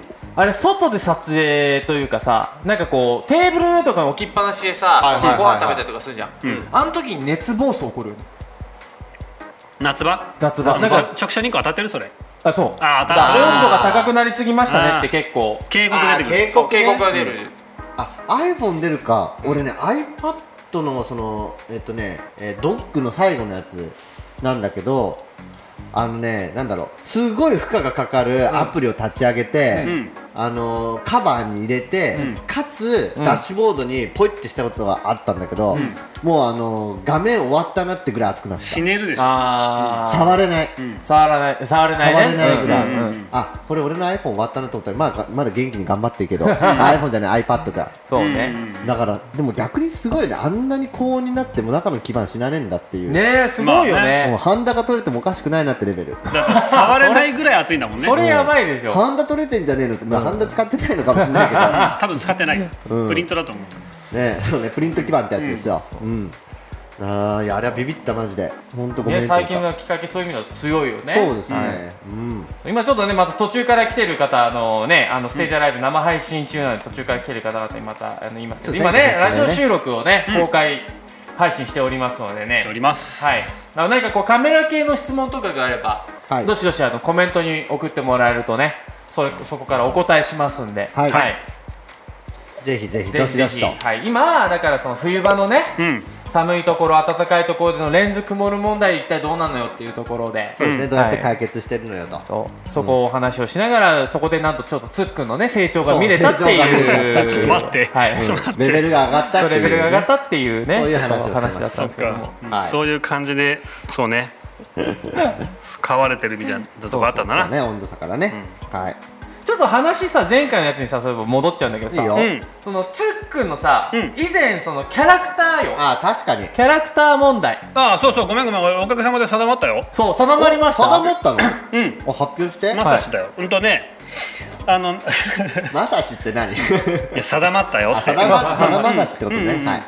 B: あれ外で撮影というかさなんかこうテーブルの上とかに置きっぱなしでさご飯食べたりとかするじゃん、うん、あの時に熱暴走起こるよね。
D: 夏場
B: 夏場
D: なんか直射日光当たってるそれ。
B: あそう
D: あ当
B: た温度が高くなりすぎましたねって結構
D: 警告出てくる。
B: 警告、ね、警告が出る、うん、
C: あ iPhone 出るか、うん、俺ね iPadのそのえっとね、えー、ドックの最後のやつなんだけど、あのねなんだろうすごい負荷がかかるアプリを立ち上げて、うん、あのー、カバーに入れて、うん、かつ、うん、ダッシュボードにポイってしたことがあったんだけど、うん、もうあのー、画面終わったなってぐらい熱くなった。
D: 死ねるでしょ。
B: あ
C: 触れない、
B: うん、触らない触れない、ね、
C: 触れないぐらい、うんうんうん、あこれ俺の iPhone 終わったなと思ったら、まあ、まだ元気に頑張ってるけどiPhone じゃない iPad じゃん。
B: そうね、
C: だからでも逆にすごいね、あんなに高温になっても中の基板死なねえんだっていう
B: ね。すごいよね、まあ、
C: もうハンダが取れてもおかしくないなってレベル。
D: だって触れないぐらい熱いんだもんね。
B: それやばいでしょ。
C: ハンダ取れてんじゃねえのって、まあ、ハンダ使ってないのかもしれないけど
D: 多分使ってない、うん、プリントだと思
C: うね。そうね、プリント基板ってやつですよ、うんうんあいやあれはビビったマジで本当ごめん、ね、
B: 最近のきっかけそういう意味では強いよね。
C: そうですね、うん
B: うん、今ちょっとねまた途中から来てる方あのねあのステージアライブ生配信中なので途中から来てる方々にまたあの言いますけど、今ねラジオ収録をね、うん、公開配信しておりますのでね。
D: しております。
B: はい。何かこうカメラ系の質問とかがあれば、はい、どしどしあのコメントに送ってもらえるとねそれそこからお答えしますんで。はい。はい、
C: ぜひぜひどしどしと。
B: はい。今だからその冬場のね。うん寒いところ暖かいところでのレンズ曇る問題一体どうなのよっていうところで、
C: そうですね、どうやって解決してるのよと、
B: そうそこをお話をしながら、そこでなんとちょっとつっくんのね成長が見れたっていう、
D: ちょっと待って、
C: はい、レベルが上がったっていう、
B: レベルが上がったっていうね、
C: そういう話をして
B: 話だったんですけども、
D: そういう感じでそうね買われてるみたいなとこあったんだな。
C: そうね、温度差からね、はい。
B: ちょっと話さ前回のやつにさそういえば戻っちゃうんだけどさ、
C: いいよ、
B: そのつっくんのさ、うん、以前そのキャラクターよ。
C: あ確かに
B: キャラクター問題。
D: ああそうそうごめんごめんおかげさまで定まったよ。
B: そう定まりました。
C: 定まったの？
D: うん
C: 発表して。
D: まさしだよ。うんとねあの
C: まさしって何？い
D: や定まったよ。
C: 定ま定まさしってことね。はい。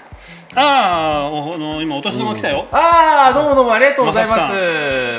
D: ああの今お年玉来たよ、
B: うん、ああどうもどうもありがとうございます。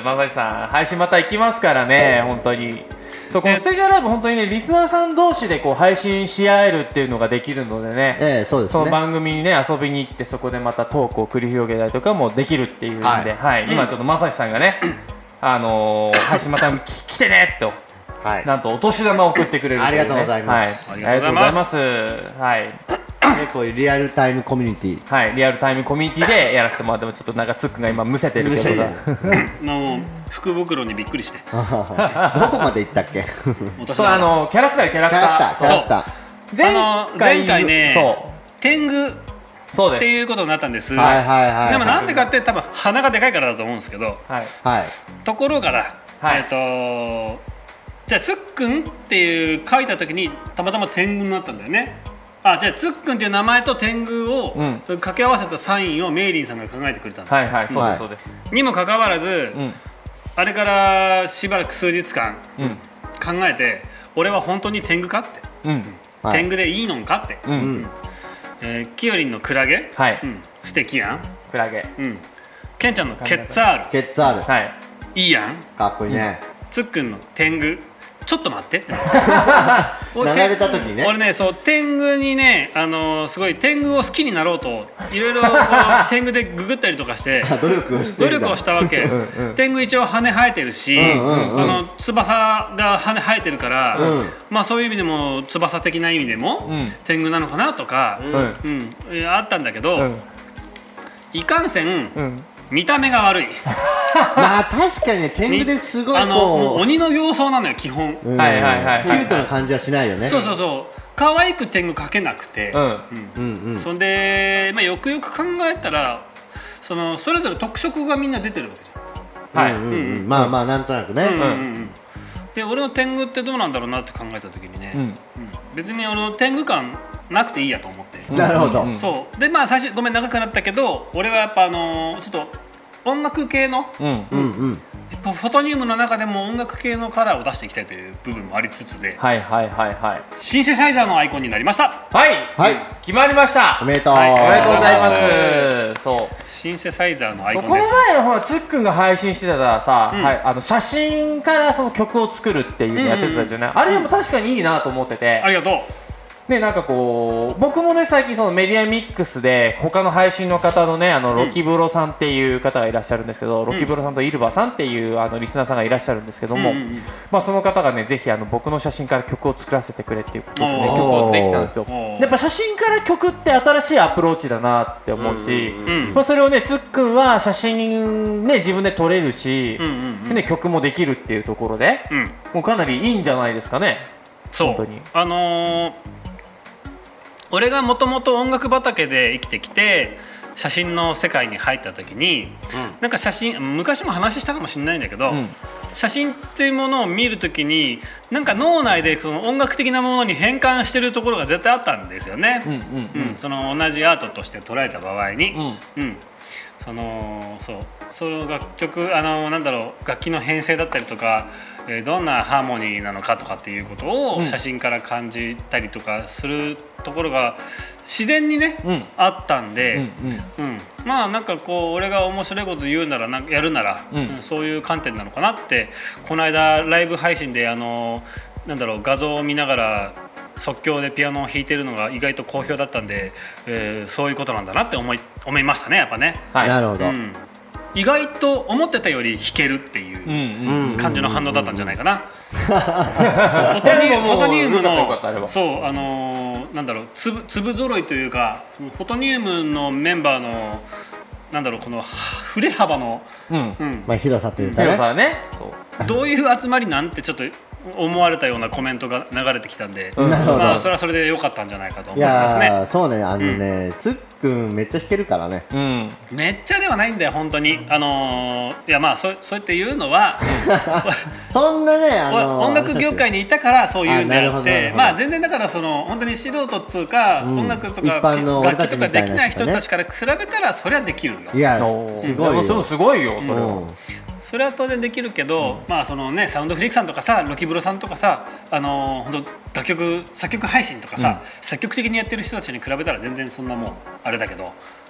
B: まさしさん配信また行きますからね、本当に。そうこのステージアライブ本当にねリスナーさん同士でこう配信し合えるっていうのができるのでね、
C: えー、そうですね。
B: その番組にね遊びに行ってそこでまたトークを繰り広げたりとかもできるっていうんで、はいはい、今ちょっとまさしさんがね、あのー、配信また来てねと、はい、なんとお年玉を送ってくれる、ね、
C: ありがとうございます、
B: はい、ありがとうございます。はい
C: ね、こういうリアルタイムコミュニティ
B: はいリアルタイムコミュニティでやらせてもらってもちょっとなんかつっくんが今むせてるけど
D: もう福袋にびっくりして
C: どこまで行ったっけ
B: そうあのキャラクターキャラクター
C: キャラクター
B: 前回
D: 前回ね天狗っていうことになったんです。
C: はいはいはい、
D: でもなんでかって多分鼻がでかいからだと思うんですけど、
B: はい
C: はい、
D: ところから、はい、えっとじゃあつっくんっていう書いた時にたまたま天狗になったんだよね。あじゃあつっくんっていう名前と天狗を、うん、掛け合わせたサインをメイリンさんが考えてくれたんだ。
B: はいはいそうですそうです。
D: にもかかわらず、うん、あれからしばらく数日間、うん、考えて俺は本当に天狗かって、うん、天狗でいいのかって、うんうんえー、キヨリンのクラゲ、はいうん、素敵やん
B: クラゲ、うん、
D: ケンちゃんのケッツァール
C: ケッツァール、
B: はい、
D: いいやん
C: かっこいいね、
D: うん、つっくんの天狗ちょっと待ってって
C: 並べた時にね
D: 俺ねそう天狗にね、あのー、すごい天狗を好きになろうといろいろ天狗でググったりとかして
C: 努力をして
D: 努力をしたわけうん、うん、天狗一応羽生えてるし、うんうんうん、あの翼が羽生えてるから、うん、まあそういう意味でも翼的な意味でも、うん、天狗なのかなとか、うんうん、あったんだけど、うん、いかんせん、うん見た目が悪い
C: まあ確かにね天狗ですごいこうあの
D: 鬼の形相なのよ基本、
C: うん、はいはいはいキュートな感じはしないよね。
D: そうそうそう可愛く天狗描けなくて、うんうんうん、そんで、まあ、よくよく考えたらそのそれぞれ特色がみんな出てるわけじゃん。はい、うんうんうん、
C: まあまあなんとなくね、うんうんうん、
D: で俺の天狗ってどうなんだろうなって考えた時にね、うんうん、別に俺の天狗感なくていいやと思って。
C: なるほど。
D: そうでまあ最初ごめん長くなったけど俺はやっぱあのー、ちょっと音楽系の、うんうんうん、フォトニウムの中でも音楽系のカラーを出していきたいという部分もありつつで、
B: はいはいはいはい、
D: シンセサイザーのアイコンになりました。
B: はい、はい、決まりました。
C: おめでとう、
B: はい、おめでとうございます。そう
D: シンセサイザーのアイコンです。
B: この前ほらつっくんが配信してたらさ、うんはい、あの写真からその曲を作るっていうのやってたじゃない、うんうん、あれでも確かにいいなと思ってて、
D: ありがとう。
B: ね、なんかこう僕もね最近そのメディアミックスで他の配信の方のねあのロキブロさんっていう方がいらっしゃるんですけど、うん、ロキブロさんとイルバさんっていうあのリスナーさんがいらっしゃるんですけども、うんうんうんまあ、その方がねぜひあの僕の写真から曲を作らせてくれっていうことで、ね、曲をできたんですよ。やっぱ写真から曲って新しいアプローチだなって思うし、うんうんまあ、それをねつっくんは写真ね自分で撮れるし、うんうんうんね、曲もできるっていうところで、うん、もうかなりいいんじゃないですかね。
D: そう本当にあのー俺がもともと音楽畑で生きてきて写真の世界に入った時に、うん、なんか写真昔も話したかもしれないんだけど、うん、写真っていうものを見る時になんか脳内でその音楽的なものに変換してるところが絶対あったんですよね、うんうんうんうん、その同じアートとして捉えた場合に、うんうん、そのそうその楽曲あのなんだろう楽器の編成だったりとかどんなハーモニーなのかとかっていうことを写真から感じたりとかするところが自然にね、うん、あったんで、うんうんうん、まあなんかこう俺が面白いこと言うならなんかやるなら、うんうん、そういう観点なのかなってこの間ライブ配信であのなんだろう画像を見ながら即興でピアノを弾いてるのが意外と好評だったんで、えー、そういうことなんだなって思い、思いましたねやっぱね、
C: はい、なるほど、うん
D: 意外と思ってたより弾けるっていう感じの反応だったんじゃないかな。フォトニウムのそうあのー、なんだろう粒粒揃いというかフォトニウムのメンバーのなんだろうこの振れ幅の、
C: うんうんまあ、広さというかね、広さね
D: そうどういう集まりなんてちょっと思われたようなコメントが流れてきたんで、うんまあ、それはそれで良かったんじゃないかと思いますね。いや
C: そうねあのね、うん、つっくんめっちゃ弾けるからね、うん、
D: めっちゃではないんだよ本当にあのー、いやまあそそうやって言うのは
C: そんなね、あのー、
D: 音楽業界にいたからそういうんであってまあ全然だからその本当に素人っつうか、うん、音楽とか
C: 一般の
D: 楽器とかできない人たちから比べたらそれはできるよ。
C: いやすごいよ、
B: うん、すごいよそれは、うん
D: それは当然できるけど、うんまあそのね、サウンドフリークさんとかさロキブロさんとかさ、あのー、本当楽曲作曲配信とかさ、うん、積極的にやってる人たちに比べたら全然そんなもんあれだけど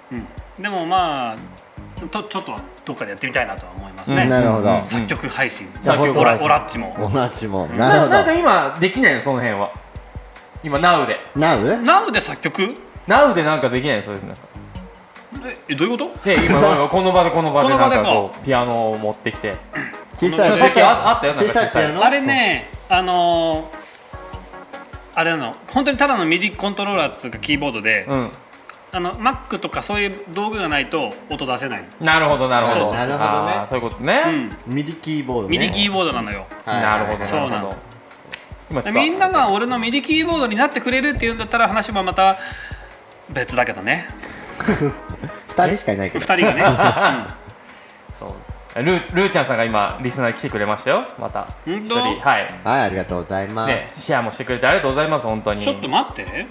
D: うん、でもまあとちょっとどっかでやってみたいなとは思いますね、
C: うん、なるほど、
D: 作曲配信、
C: うん、
D: 作曲オラッチも
C: オラッチも
B: なるほど。なんか今できないのその辺は今 Now で
C: Now?
D: Now で作曲
B: Now でなんかできないのそういうの
D: えどういうこと？
B: で今この場でこの場でなんかこ
D: こ
B: うピアノを持ってきて
C: 小さい
B: さっきああったよなんか
C: 小さいピアノ
D: あれねあのー、あれなの本当にただのミディコントローラーっつうかキーボードで、
B: うん、
D: あの Mac とかそういう道具がないと音出せない。
B: なるほどなるほど。
C: そうなるほどね。
B: そういうことね。
D: うん、
C: ミディキーボードね。
D: ミディキーボードなのよ。
B: なるほど
D: そうなの。
B: 今
D: みんなが俺のミディキーボードになってくれるっていうんだったら話もまた別だけどね。
C: ふたりしかいないけど。
D: ふたりがね。うん、
B: そうルールーちゃんさんが今リスナーに来てくれましたよ。また
D: 本当？
B: はい
C: はいありがとうございます、
B: ね、シェアもしてくれてありがとうございます本当に。
D: ちょっと待って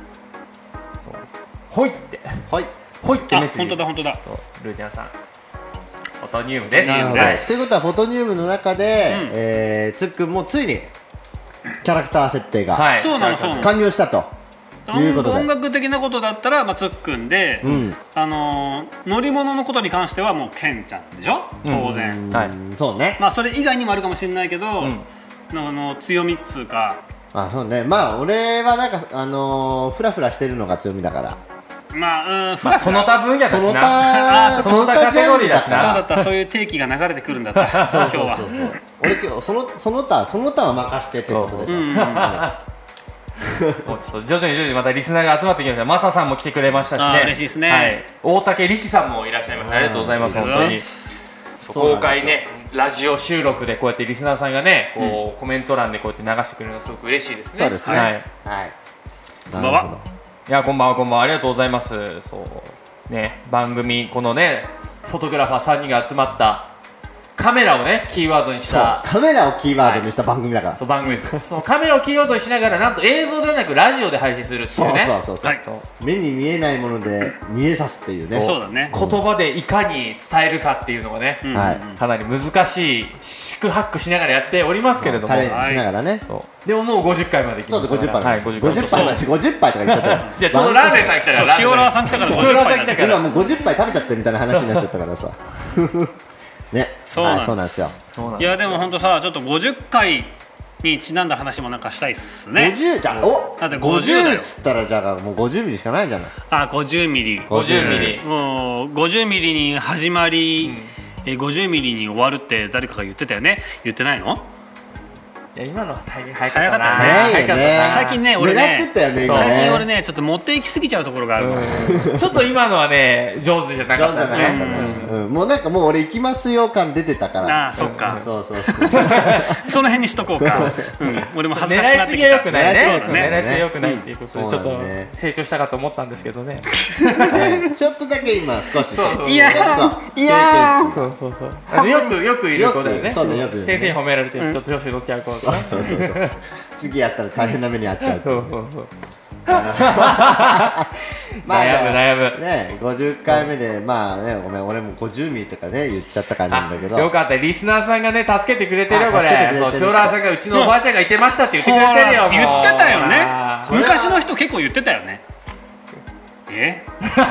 B: ほいって
C: ほい
B: ほいってメッセージ。
D: 本当だ本当だ。
B: そうルーちゃんさんフォトニウムです。
C: なるほど。ということはフォトニウムの中で、うんえー、つっくんもついにキャラクター設定が、
D: はい、そうなのそうなの
C: 完了したということで、
D: 音楽的なことだったら、まあ、つっくんで、うん、あのー、乗り物のことに関してはもうケンちゃんでしょ当然、
C: うんはい、そうね、
D: まあ、それ以外にもあるかもしれないけど、うん、あの強みっつうか
C: あそうねまあ俺はなんかあのー、フラフラしてるのが強みだから
D: まあ、うん、
B: まあ、その他分野だしな
C: その他
B: その他カテゴリーだしな
D: そうだったそういう定期が流れてくるんだった
C: そうそうそうそう俺今日そのその他その他は任してってことですよ、うんうんうん
B: もうちょっと徐々に徐々にまたリスナーが集まってきました。マサさんも来てくれましたしね。
D: 嬉しいですね、
B: はい、大竹力さんもいらっしゃいました。ありがとうございます。本当に公開ねラジオ収録でこうやってリスナーさんがねこう、うん、コメント欄でこうやって流してくれるのがすごく嬉しいですね。
C: そうですね。はい。はい、
D: こんばんは。
B: いやこんばんはこんばんはありがとうございます。そうね番組このねフォトグラファーさんにんが集まったカメラをねキーワードにした
C: カメラをキーワードにした番組だから、はい、
B: そう番組ですそのカメラをキーワードにしながらなんと映像ではなくラジオで配信するっていうね
C: そうそうそうそう、はい、目に見えないもので見えさすっていうね
D: そうだね
B: 言葉でいかに伝えるかっていうのがね、うん、かなり難しい四苦八苦しながらやっておりますけれども
C: チャレンジしながらね、はい、
B: そうでももうごじゅっかいまで来ましたから
C: はい、ごじゅっぱいごじゅっぱいまでごじゅっぱいとか言っちゃったら
B: じゃあちょうどラーメンさん来たから
D: 塩ラーさん来たからごじゅっぱい来たから
C: 今もうごじゅっぱい食べちゃってみたいな話になっちゃったからさね、
D: そうなんです、
C: はい、そうなんですよ。
D: いやでも本当さちょっとごじゅっかいにちなんだ話もなんかしたいっすね。
C: ごじゅうじゃお
D: だって
C: ごじゅうっつったらじゃあもうごじゅうミリしかないじゃない。
D: あごじゅうミリ
B: ごじゅうミリ
D: もうごじゅうミリに始まり、うん、えごじゅうミリに終わるって誰かが言ってたよね。言ってないの？
B: いや今のタイミング早かったな
C: 早いよね
D: 最近ね俺ね
C: 狙ってたよね
D: 最近俺ねちょっと持っていきすぎちゃうところがある
B: ちょっと今のはね上手じゃなかったね
C: もうなんかもう俺行きますよ感出てたから
D: ああそっか
C: そうそうそう
D: その辺にしとこうか俺も恥ずかしくなってきた
B: 狙いすぎは良くないね
D: 狙
B: いすぎは良くないっていうことでちょっと成長したかと思ったんですけどね
C: ちょっとだけ今少し
D: いやいや
B: そうそうそうよくよくいる子だよね先生に褒められてちょっと調子乗っちゃう子
C: そうそうそうそう次やったら大変な目に遭っちゃう
B: そうそうそう
C: まあ
B: 悩む悩む
C: ねごじゅっかいめでまあねごめん俺もごじゅうミリとかね言っちゃった感じなんだけど
B: よかったリスナーさんがね助けてくれてるよこれそうショーラーさんがうちのおばあちゃんがいてましたって言ってくれてるよ
D: 言ってたよね昔の人結構言ってたよねえ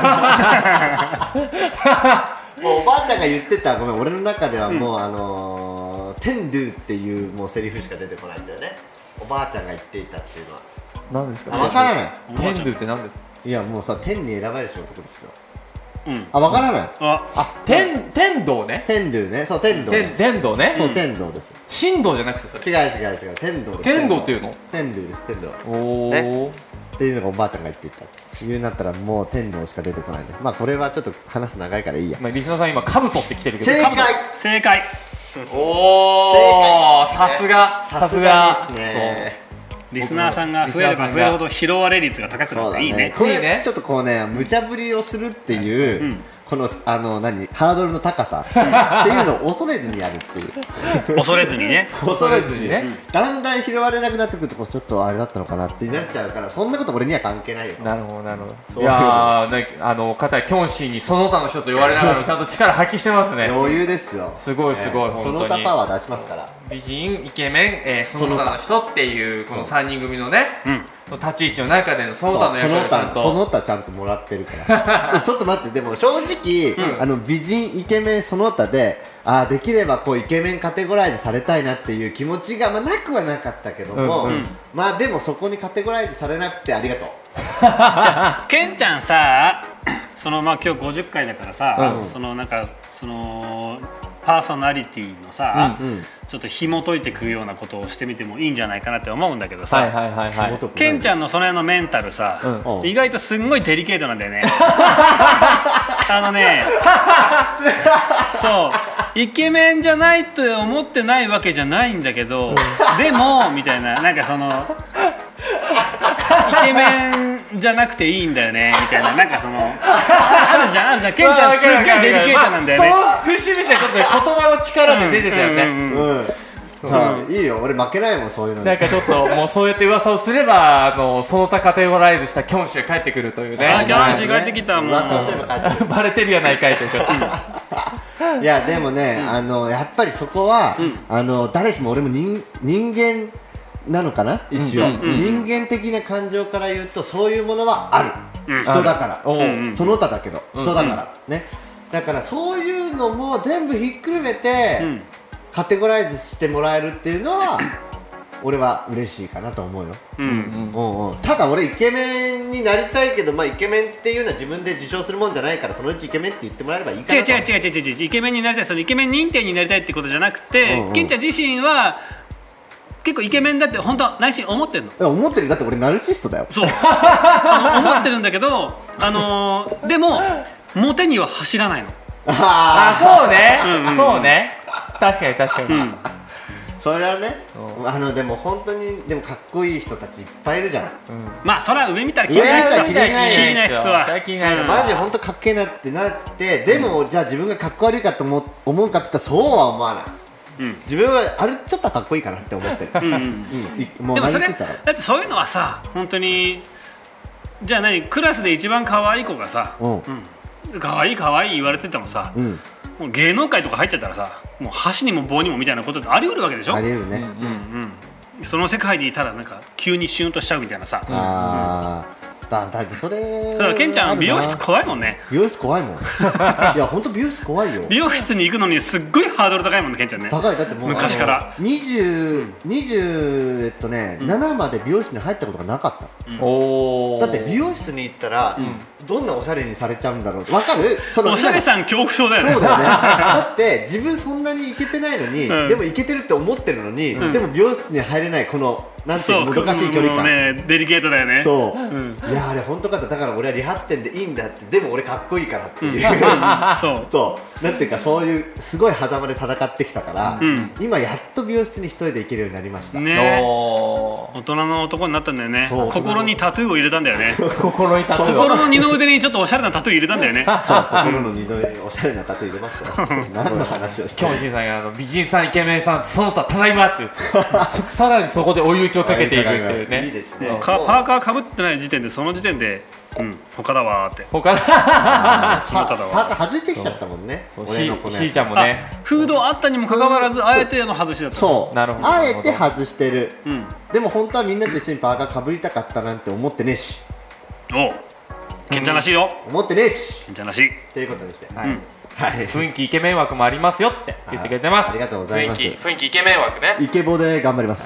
C: もうおばあちゃんが言ってたごめん俺の中ではもうあのテンドゥっていうもうセリフしか出てこないんだよねおばあちゃんが言っていたっていうのは
B: 何ですか
C: 分からない
B: テンドゥって何ですか
C: いやもうさ天に選ばれる男ですよ
D: うん
C: あ分からない
B: ああ天天道ね
C: 天道ねそう天道
B: 天道ね
C: そう天道です
B: 神道じゃなくてそれ
C: 違う違う違う天道です
B: 天道っていうの
C: 天道です天道
B: おお
C: っていうのがおばあちゃんが言っていたっていうなったらもう天道しか出てこないんでまあこれはちょっと話す長いからいいや
B: まあリスナーさん今兜ってきてるけど
C: 正解
D: 正解
B: おおさすが
C: さすがですね
D: リスナーさんが増えれば増えるほど拾われ率が高くなっていいね
C: これちょっとこうね無茶ぶりをするっていうこのあの何ハードルの高さっていうのを恐れずにやるっていう
D: 恐れずにね
C: 恐れずにねだんだん拾われなくなってくるとちょっとあれだったのかなってなっちゃうからそんなこと俺には関係ないよ
B: なるほどなるほどいやーあの方キョンシーにその他の人と言われながらちゃんと力発揮してますね
C: 余裕ですよ
B: すごいすごい本当に
C: その他パワー出しますから
B: 美人イケメン、えー、その他の人っていうこのさんにん組のね、その立ち位置の中でのその他の役割をちゃんと
C: その他ちゃんともらってるからちょっと待って、でも正直、うん、あの美人イケメンその他で、あできればこうイケメンカテゴライズされたいなっていう気持ちが、まあ、なくはなかったけども、うんうん、まあでもそこにカテゴライズされなくてありがとう
D: じゃあケンちゃんさ、そのまあ今日ごじゅっかいだからさ、うん、そのなんかそのパーソナリティのさ、うんうん、ちょっと紐解いていくようなことをしてみてもいいんじゃないかなって思うんだけどさ、はいはいはいはい、ケンちゃんのその辺のメンタルさ、うん、意外とすんごいデリケートなんだよねあのねそうイケメンじゃないと思ってないわけじゃないんだけど、うん、でもみたいな、なんかそのイケメンじゃなくていいんだよねみたいな、なんかそのあるじゃんあるじゃん、ケンちゃんすっごいデリケートなんだよね、
B: まあ、節々ちょっと言葉の力で出てたよね、うんうんうん
C: うんさあ、いいよ、俺負けないもん、そういうのに。
B: なんかちょっともうそうやって噂をすれば、あのその他カテゴライズしたキョンシーが帰ってくるというね。
D: あ、キョンシー帰ってきたもん。
C: 噂をすれば帰ってくる。
B: バレてるやないかいというか
C: いやでもね、うん、あのやっぱりそこは、うん、あの誰しも俺も 人, 人間なのかな一応、うんうんうん、人間的な感情から言うとそういうものはある、うん、人だから、うん、その他だけど人だから、うん、ね、だからそういうのも全部ひっくるめて、うん、カテゴライズしてもらえるっていうのは俺は嬉しいかなと思うよ、うんうんうんうん、ただ俺イケメンになりたいけど、まあ、イケメンっていうのは自分で自称するもんじゃないから、そのうちイケメンって言ってもらえればいいかなと。
D: 違う違う違う違う違う、イケメンになりたい、そのイケメン認定になりたいってことじゃなくて、うんうん、ケンちゃん自身は結構イケメンだって本当は内心思ってるの。い
C: や思ってる、だって俺ナルシストだよ。
D: そう思ってるんだけど、あのー、でもモテには走らないの。
B: ああそうね、うんうん、そうね、確かに確かに、うん、
C: それはね、あのでも本当にでもかっこいい人たちいっぱいいるじゃん、うん、
D: まあそれは上見たら気にないっすわ、気にないっすわ、
C: マジ本当かっけえなってなって、でも、うん、じゃあ自分がかっこ悪いかと思思うかって言ったらそうは思わない、うん、自分はあれちょっとかっこいいかなって思ってる、うんうんうん、もう何してたら
D: だってそういうのはさ、本当にじゃあ何クラスで一番可愛い子がさ、うんうん可愛い可愛い言われててもさ、うん、もう芸能界とか入っちゃったらさ、もう箸にも棒にもみたいなことってあり得るわけでしょ。
C: あり得るね、
D: うんうんうん、その世界にいたらなんか急にシュンとしちゃうみたいなさ、
C: あー、うん、だ, だってそれ
D: だからケンちゃん美容室怖いもんね。
C: 美容室怖いもんいや本当美容室怖いよ。
D: 美容室に行くのにすっごいハードル高いもんね、ケンちゃんね。
C: 高い、だってもう
D: 昔から
C: にじゅう、にじゅうえっとね、うん、ななまで美容室に入ったことがなかった、うん、おだって美容室に行ったら、うんどんなおしゃれにされちゃうんだろう。わかる？その
D: おしゃれさん恐怖症だよね。
C: そうだよね。だって自分そんなにイケてないのに、うん、でもイケてるって思ってるのに、うん、でも美容室に入れないこのなんていうもどかしい距離感。
D: ね、デリケートだよね。
C: そう。うん、いやあれ本当かって、だから俺は理髪店でいいんだって、でも俺かっこいいからっていう。うん、そうそうなんていうか、そういうすごい狭間で戦ってきたから、うん、今やっと美容室に一人で行けるようになりました。
D: ね。大人の男になったんだよね。心にタトゥーを入れたんだよね。
B: 心にタトゥー。
D: 心の二の腕にちょっとおしゃれなタトゥー入れたんだよね。
C: そう心の二の腕におしゃれなタトゥー入れましたよ。何の話をして。
B: キョンシーさんがあの美人さんイケメンさんその他ただいまってさらにそこで追い打ちをかけていくっていうね。
C: いいですね。
D: パーカーかぶってない時点でその時点で、うん、他だわーって。
B: 他だ。
C: パーカー外してきちゃったもんね。
B: 俺の子ね。しーちゃんもね。
D: フードあったにもかかわらずあえての外しだった。
C: そう。
B: なるほど。
C: あえて外してる。うん。でも本当はみんなと一緒にパーカーかぶりたかったなんて思ってねえし。
D: お。ケンちゃんらしいよ。
C: 思ってねえし。
D: ケンちゃんらしい。
C: ということにして。
B: はい。雰囲気イケメン枠もありますよって言ってくれてます。
C: ありがとうございます。
B: 雰囲気イケメン枠ね。
C: イケボで頑張ります。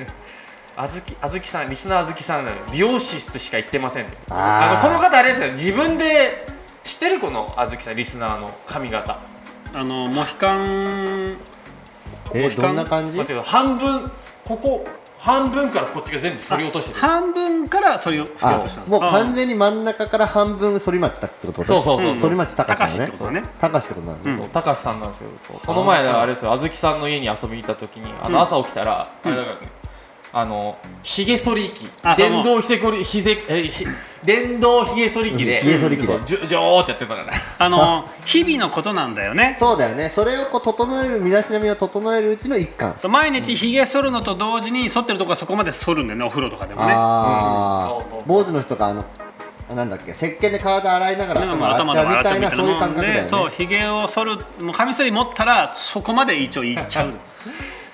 B: あずき、あずきさん、リスナーあずきさん、美容室しか行ってません。あのこの方あれですよ、自分で知ってるこのあずきさん、リスナーの髪型。
D: あのモヒカン。
C: えー、どんな感じ？
B: 半分ここ。半分からこっちが全部反り落としてる。
D: 半分から反り落とした
C: もう完全に真ん中から半分反町たってこと。
B: そうそうそう、
C: 反町隆史のね。隆史ってことなんだ。
B: 隆史さんなんですよ。この前あれですよ、あずきさんの家に遊びに行った時に、あの朝起きたらあれだからね、あのひげ剃り機、電動ひげ剃りひぜえ電動ひげ剃り機で
C: ひげ剃り機で
B: ジュジョーってやってたからね。
D: あの日々のことなんだよね。
C: そうだよね。それをこう整える、身だしなみを整えるうちの一環。
D: 毎日ひげ剃るのと同時に剃ってるとこはそこまで剃るんだよね、お風呂とかでもね。
C: ああ、坊主の人があのなんだっけ、石鹸で体洗いながら頭洗っちゃうみたいな、そういう感覚だよね。
D: そう、ひげを剃る、もうカミソリ持ったらそこまで一応いっちゃう。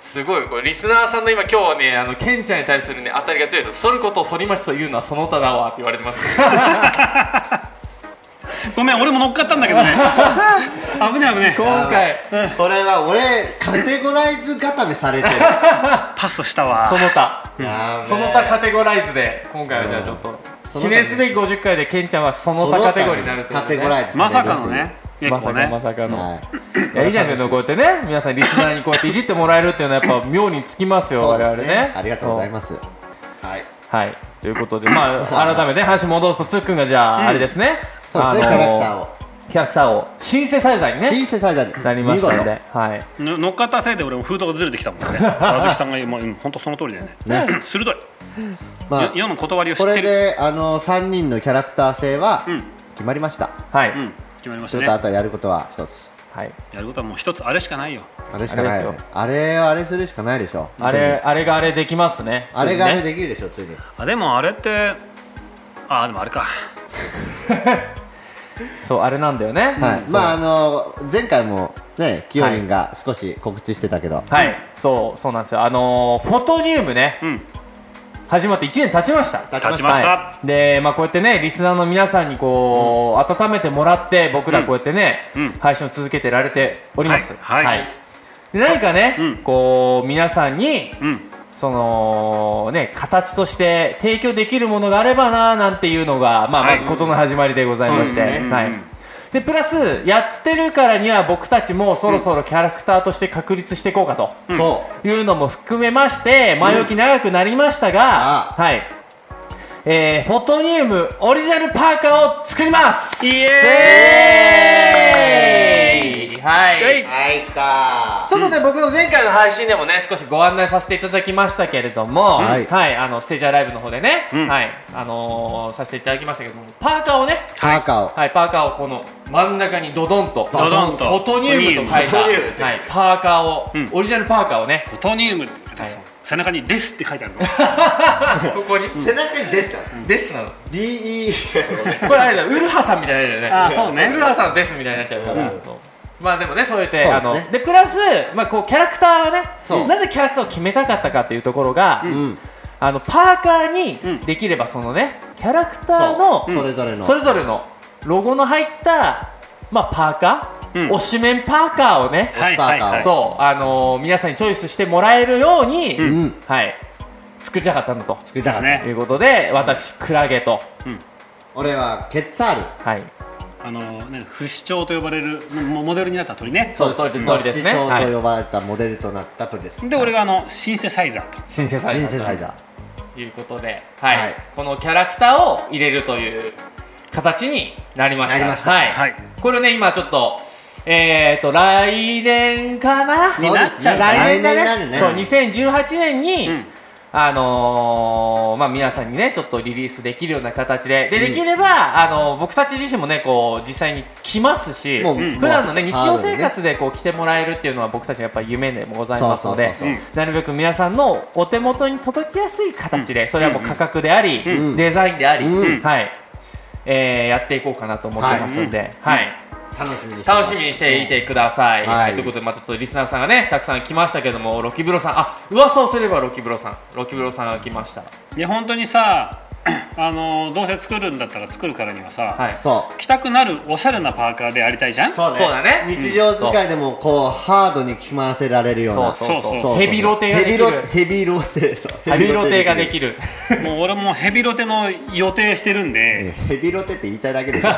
B: すごいこれリスナーさんの今今日はねあのケンちゃんに対するね当たりが強いです。反ることを反りますというのはその他だわって言われてます
D: ごめん俺も乗っかったんだけどね危ね危ね
B: 今回
C: これは俺カテゴライズ固めされてる
D: パスしたわ
B: その他
C: やべえ
B: その他カテゴライズで今回はじゃあちょっと
C: その他
B: 記念すべきごじゅっかいでケンちゃんはその他カテゴリーになるという
C: カテゴライズ
D: まさかのね結
B: まさか
D: 構ね
B: まさかの、
C: はい
B: いやいいじゃないですかこうやってね皆さんリスナーにこうやっていじってもらえるっていうのはやっぱ妙につきますよ
C: そう
B: 我々
C: ですね
B: ね
C: ありがとうございますはい
B: はいということでまあ改めて話戻すとつっくんがじゃああれですね
C: そうですねキャラクター
B: を
C: を
B: キャラクターをシンセサイザーにね
C: シンセサイザーに
B: なりましたのではい
D: の乗っかったせいで俺もフードがずれてきたもんねあずきさんがもう本当その通りだよね
C: ね
D: 鋭い
C: まあ
D: よ世の断りを知
C: これ
D: ってる
C: であのさんにんのキャラクター性は
D: うん
C: 決まりました
B: はい、
D: うん決まりまし
C: ちょっとあ
D: たね
C: とはやることは一つ
B: はい
D: やることはもう一つあれしかないよ
C: あれしかないよねあれをあれするしかないでしょ
B: あれあれがあれできますね
C: あれがあれ
B: ついにね
C: できるでしょついに
D: あでもあれってあでもあれか
B: そうあれなんだよね
C: はいまああの前回もねきよりんが少し告知してたけど
B: はいそうそうなんですよあのーフォトニウムね
D: うん
B: 始まっていちねん経ちました
C: 立
D: 立ちました
B: はいでまあこうやってねリスナーの皆さんにこう、温めてもらって僕らこうやってね、
D: うん
B: 配信を続けてられております、
D: はいはい
B: で何かね、
D: うん
B: こう皆さんに
D: うん
B: そのね形として提供できるものがあればななんていうのが、まあ、
D: はい
B: まず事の始まりでございまして、
C: そうですね
B: はい
D: うん
B: でプラスやってるからには僕たちもそろそろキャラクターとして確立していこうかと
C: そう
B: いうのも含めまして前置き長くなりましたが、
C: あ
B: はいえー、フォトニウムオリジナルパーカーを作ります
D: イエーイ
B: はい
D: はい
C: はい来た
B: ちょっとね、僕の前回の配信でもね少しご案内させていただきましたけれども、
C: はい
B: あのステージアライブの方でね、
D: うん
B: はいあのーさせていただきましたけどもパーカーをね、
C: パーカーを
B: はい、パーカーをこの真ん中にドドンと
D: ドドンと
B: フォトニウムと書いた、
C: フォトニウムって
B: はい、パーカーを、
D: うん
B: オリジナルパーカーをね
D: フォトニウムって書いてある
B: はい
D: 背中に「です」って書いてあるの
B: ここに、
C: 背中にですから
B: ですなの
C: ディーイー
B: これあれだウルハさんみたいなやつだよね
D: あーそうね
B: ウルハさんですみたいになっちゃうから、
C: うん
B: そうまあでもねそうやってあ
C: そうですね
B: のでプラス、まあ、こうキャラクターが
C: そう
B: ねなぜキャラクターを決めたかったかっていうところが、
C: うん
B: あのパーカーにできればそのねキャラクターの
C: そうそれぞれの
B: それぞれのロゴの入った、まあ、パーカー、
D: うん
B: 推しメンパーカーをね、
D: はいはいはい
B: そうあのー皆さんにチョイスしてもらえるように、
C: うん
B: はい作りたかったんだと
C: 作りたかった
D: ね
B: いうことで私クラゲと、
C: 俺はケッツァール
B: はい
D: あのね不死鳥と呼ばれるモモデルになった鳥ね
B: そうそう
C: です
B: 通りですね
C: 不死
B: はい
C: 鳥と呼ばれたモデルとなった鳥です
D: で俺があのシンセサイザーと
B: シンセサイ
C: シン
B: ザー
C: セサイザ
B: ということで、はい
C: はい
B: このキャラクターを入れるという形になりました
C: なりました
B: はい
D: はい
B: これをね今ちょっとえーと来年かな
C: ーそうですね
B: 来年だね
C: 来年になるね
B: そうにせんじゅうはちねんに、
D: うん
B: あのーまあ、皆さんにねちょっとリリースできるような形ででできれば、あのー僕たち自身もねこう実際に来ますし
C: もう
B: 普段のね
C: もう
B: 日常生活でこう来てもらえるっていうのは僕たちのやっぱり夢でもございますので
C: そうそうそう
B: なるべく皆さんのお手元に届きやすい形で、それはもう価格であり、
C: うん
B: デザインであり、
C: うん
B: はいえーやっていこうかなと思ってますので、はい
C: 楽しみにして
B: 楽しみにしていてください。
C: はい
B: はいということで、まあ、ちょっとリスナーさんがねたくさん来ましたけどもロキブロさんあ噂をすればロキブロさんロキブロさんが来ました。
D: で本当にさあのどうせ作るんだったら作るからにはさ、
B: はい
C: そう
D: 着たくなるおしゃれなパーカーでありたいじゃん
C: そうね
B: そうだね
C: 日常使いでもこうハードに着回せられるような
B: そうそうそう
D: そう
C: そう
B: ヘビロテができる
C: ヘビロヘビロテそう
B: ヘビロテができる
D: もう俺もヘビロテの予定してるんで
C: ヘビロテって言いたいだけでしょ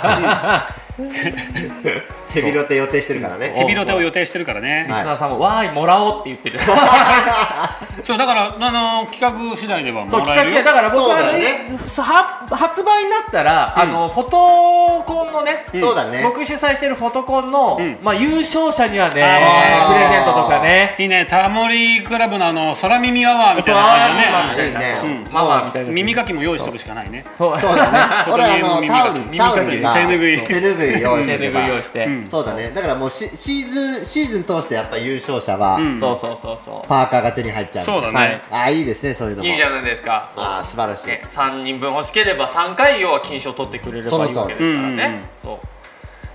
C: ヘビロテ予定してるからね
D: ヘビロテを予定してるからね
B: リスナーさんもわーいもらおうって言ってる
D: そうだからあの企画次第ではも
B: そう
D: らえるよ
B: 企画してだから僕は
C: そうだよね
B: は発売になったら、
D: うん
B: あのフォトコンのね、
C: そうだね
B: 僕主催してるフォトコンの、
D: うん
B: まあ、優勝者にはね
D: あー
B: プレゼントとかね
D: いいねタモリクラブのあの空耳アワーみたいな感じ
C: あ
D: だね
C: ーいいね
D: うん
B: ママみたいな
D: 耳かきも用意しとくしかないね
B: そう
C: そうだね俺あの
D: 耳
C: タオル
D: 耳
C: タオルが
D: 手拭い
C: 手拭い用意し
B: 手拭
C: てれば
B: い用意して、
D: うん
C: そうだねだからもうシシーズンシーズン通してやっぱ優勝者は
D: うん
B: そうそうそうそう
C: パーカーが手に入っちゃう
D: そうだね、
B: はい
C: ああいいですねそういうのも
B: いいじゃないですか。そう
C: あー素晴らしい
B: ねさんにんぶん欲しければさんかい要は金賞を取ってくれればいいわけですからね。
D: うんうんうん
B: そう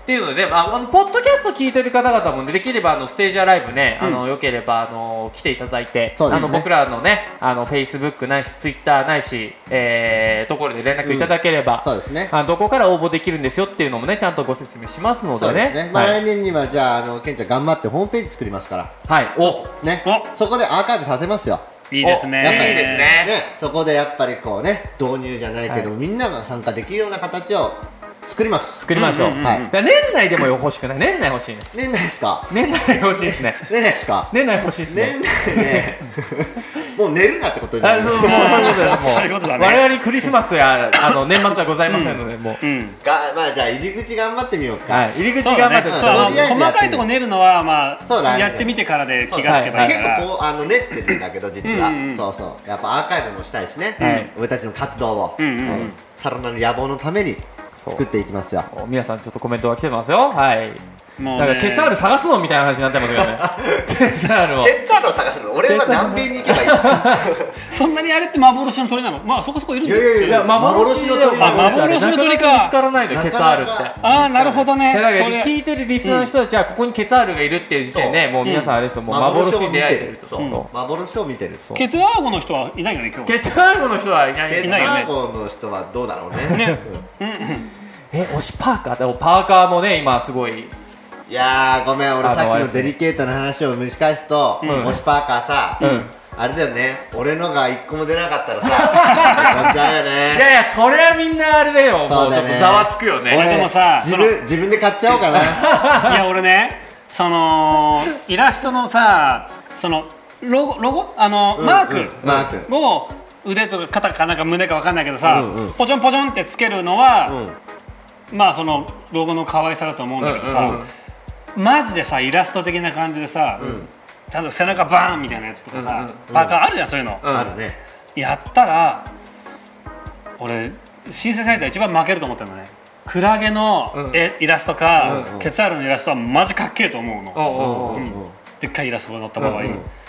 B: っていうので、まあ、あのポッドキャスト聞いてる方々も、ね、できればあのステージアライブね、うん、あのよければあの来ていただいて、ね、あの僕らのねあのフェイスブックないしツイッターないし、えー、ところで連絡いただければ、うん、
C: そうですね、
B: あのどこから応募できるんですよっていうのもねちゃんとご説明しますのでね。そうですね、まあ、
C: 来年にはじゃあ、あのケンちゃん頑張ってホームページ作りますから、
B: はい、お
C: ね、おそこでアーカイブさせますよ。
D: いいですね。
C: やっぱり
B: いいですね。
C: ね、そこでやっぱりこうね導入じゃないけど、はい、みんなが参加できるような形を作ります
B: 作りましょう。年内でも欲しくない？年内欲しいね。
C: 年内ですか？
B: 年内欲しいですね。
C: 年内ですか？
B: 年内欲しいですね。
C: 年内ねもう寝るなってことじゃないですか。
B: そういうことだね。我々クリスマスやあの年末はございませんので、もう
C: がまあじゃあ入り口頑張ってみようか。
B: 入り口頑張って。
D: 細かいとこ練るのはまあやってみてからで気がつけばいいから。
C: 結構こうあの練ってるんだけど実はそうそうやっぱアーカイブもしたいしね。俺たちの活動をさらなる野望のために作っていきますよ。
B: 皆さんちょっとコメントが来てますよ。はい。もうね、だからケツアール探すのみたいな話になってますよね。ケツアールを。
C: ケツアールを探すの。俺は南米に行けばいいですか。
D: そんなにあれって幻の鳥なの？まあそこそこいるんだよ。
C: いやいやいや幻の鳥。
B: あ、幻の鳥か。見つからないのケツアールって。
D: ああなるほどね。
B: だから聞いてるリスナーの人たちはここにケツアールがいるっていう時点でもう皆さんあれですよ、もう幻に出会えてると。そうそう。
C: 幻を見てる。
D: ケツアーゴの人はいないよね今日。
B: ケツアーゴの人はいない。
C: ケツアーゴの人はどうだろうね。ね。
B: え、推しパーカー？でもパーカーもね今すごい。
C: いやーごめん俺さっきのデリケートな話を蒸し返すと、推しパーカーさ、あれだよね、俺のがいっこも出なかったらさへこんじゃうよね。
B: いやいやそれはみんなあれだよ、もうちょっとざわつくよね。
C: 俺でもさ自分自分で買っちゃおうかな。
D: いや俺ねそのイラストのさそのロゴロゴあのマーク
C: マーク
D: を腕とか肩かなんか胸かわかんないけどさポチョンポチョンってつけるのはまあそのロゴの可愛さだと思うんだけどさ、マジでさイラスト的な感じでさ、例えば背中バーンみたいなやつとかさ、パーカーあるじゃんそういうの。
C: あるね。
D: やったら俺シンセサイザー一番負けると思ってるのね。クラゲのイラストかケツアールのイラストはマジかっけえと思うの。でっかいイラストが載った場合。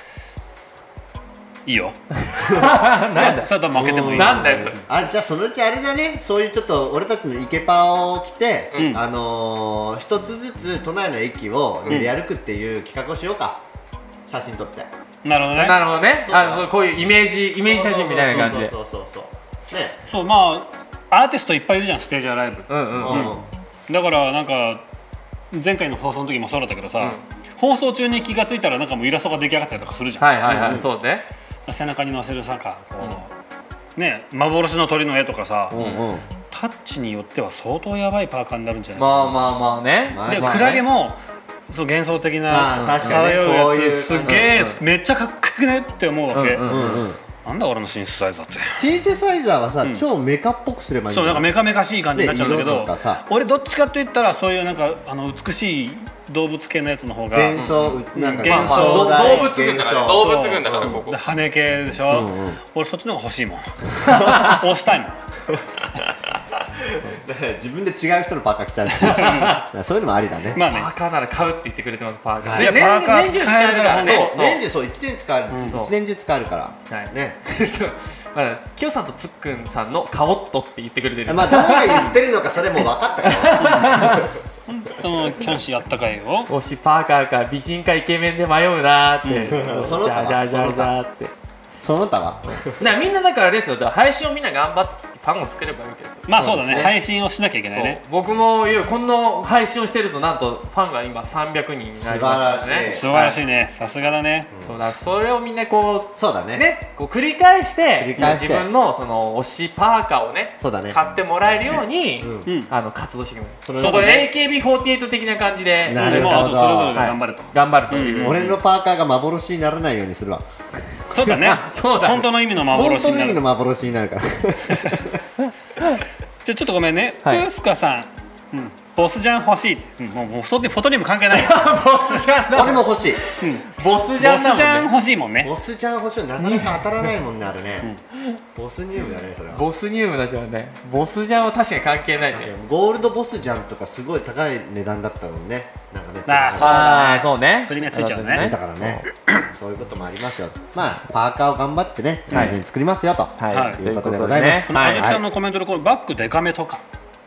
D: いいよ。なんだそれと負けてもいい。
B: なんだよそれ。
C: あ、じゃあそのうちあれだね、そういうちょっと俺たちのイケパを着て、うん、あのー、一つずつ都内の駅を練り歩くっていう企画をしようか、うん、写真撮って。
D: なるほどね。
B: なるほどね。あのそうこういうイメージイメージ写真みたいな感じで。
C: そうそうそうそうね。
D: そうまあアーティストいっぱいいるじゃんステージアライブ。うんうんうん。だからなんか前回の放送の時もそうだったけどさ、うん、放送中に気がついたらなんかもうイラストが出来上がったりとかするじゃん。
B: はいはいはい、うん、そうね。
D: 背中に乗せるさかこう、うん、ね幻の鳥の絵とかさ、うんうん、タッチによっては相当やばいパーカーになるんじゃないかな。
B: まあまあまあね。
D: でクラゲもそう幻想的な漂うやつすげえめっちゃかっこよくねって思うわけ。なんだ俺のシンセサイザーって。
C: シンセサイザーはさ、うん、超メカっぽくすればいいんだよ。
D: そうなんかメカメカしい感じになっちゃうんだけど、俺どっちかといったらそういうなんかあの美しい動物系のやつの方が
C: 幻想、うん、なんか
B: 幻想動物群だから動物群だからここ
D: 羽系でしょ、うんうん、俺そっちの方が欲しいもん押したいもん
C: 自分で違う人のパーカー着ちゃうそういうのもありだね。
B: まあね、パーカーなら買うって言ってくれてます。パーカー、
D: いやパーカー使えるからね。
C: 年中そういちねん使える、いちねん中使えるからね。
B: まあキヨさんとつっくんさんのカオットって言ってくれてる。
C: まあ誰が言ってるのかそれも分かったから
D: 本当キャンシーあったかいよ。
B: 推しパーカーか美人かイケメンで迷うなーって
C: その他は
B: じゃじゃじゃって
C: その他は
B: みんなだからあれですよ、配信をみんな頑張ってファンを作ればいいわけですよ。
D: まあそうだね、配信をしなきゃいけないね。
B: 僕もこの配信をしてるとなんとファンが今さんびゃくにんになりましたね。
D: 素晴らしいね、さすがだね。
B: そうだ、それをみんなこう
C: そうだね
B: こう繰り返して自分のその推しパーカーをね買ってもらえるようにあの活動していく。そこで エーケービーフォーティーエイト 的な感じで
C: なるほど、
D: それぞれ頑張ると
B: 頑張るという。
C: 俺のパーカーが幻にならないようにするわ。
D: そうだね。そうだ。本当の意味の幻になる。
C: 本当の意味の幻になるから。
D: じゃあちょっとごめんね。プースカさん、ボスジャン欲しい。もうもうフォトニウム関係ない。ボ
B: スジャン。
C: 俺も欲しい。
B: ボスジャン。
D: ボスジャン欲しいもんね。
C: ボスジャン欲しい。なかなか当たらないもんねあれね。ボスニウムだねそれは。
B: ボスニウムだじゃんね。ボスジャンは確かに関係ないね。
C: ゴールドボスジャンとかすごい高い値段だったもんね。なんかね。
B: ああそうね。
D: プレミアついちゃうね。
C: だからね。そういうこともありますよ。まあパーカーを頑張ってね来年作りますよということでございます。
D: あずきさんのコメントでこのバッグデカめとか。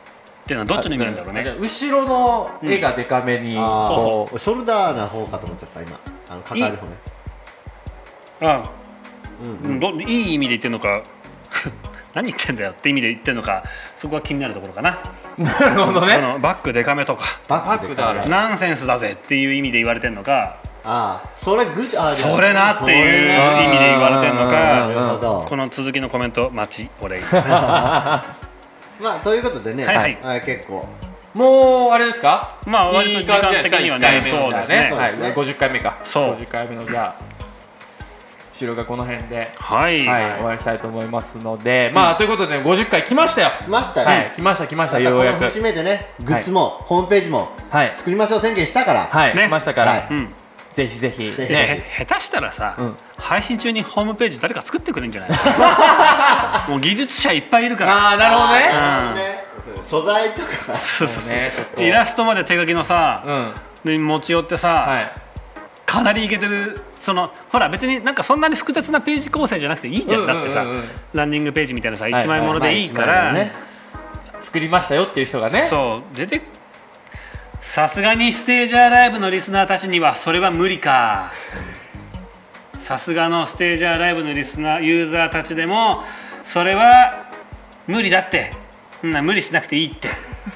D: っていうのはどっちの意味なんだろうね。
B: 後ろの絵がデカめに、
C: そうそう、ショルダーな方かと思っちゃった今、あの抱える方ね。
D: ああ、うん、どいい意味で言ってるのか何言ってんだよって意味で言ってるのか、そこは気になるところかな。
B: なるほどね。
D: このバックデカめとか
C: バックだから
D: ナンセンスだぜっていう意味で言われてるのか、
C: ああ、それグッあ
D: それなっていう意味で言われてるの
C: なるほ
D: か、
C: ど。
D: この続きのコメント待ち俺
C: まあということでね、
D: はいはい
C: あ結構
B: もうあれですか。
D: まあ割と時間的にはね、そうですね、
B: はい、ごじゅっかいめか。
D: そう
B: ごじゅっかいめのじゃあ収録がこの辺で、
D: はい、
B: はい、終わりしたいと思いますので、まあということでごじゅっかい来ましたよ。
C: 来ましたよ。
B: はい、来ました来ました。ようやく
C: この節目でね、グッズもホームページも
B: はい
C: 作りますよ宣言したから、
B: はいしましたから、
C: はい
D: うん、
B: ぜひぜひ
C: ぜひ
B: ね。
D: 下手したらさ、
B: ん
D: 配信中にホームページ誰か作ってくれるんじゃないもう技術者いっぱいいるから
B: ああなるほどね。
C: あーなるほどね、素材とか
D: そうそうそう、
B: ねちょっと
D: イラストまで手書きのさ、
B: うん
D: で持ち寄ってさ、
B: はい
D: かなりいけてる。そのほら別になんかそんなに複雑なページ構成じゃなくていいじゃん、
B: うんうんうんうん
D: だってさランディングページみたいなさ
B: い
D: いちまいものでいいから、
C: まあね
B: 作りましたよっていう人がね。
D: そう出て、さすがにステージャーライブのリスナーたちにはそれは無理か。さすがのステージャーライブのリスナーユーザーたちでもそれは無理だって、そんな無理しなくていいって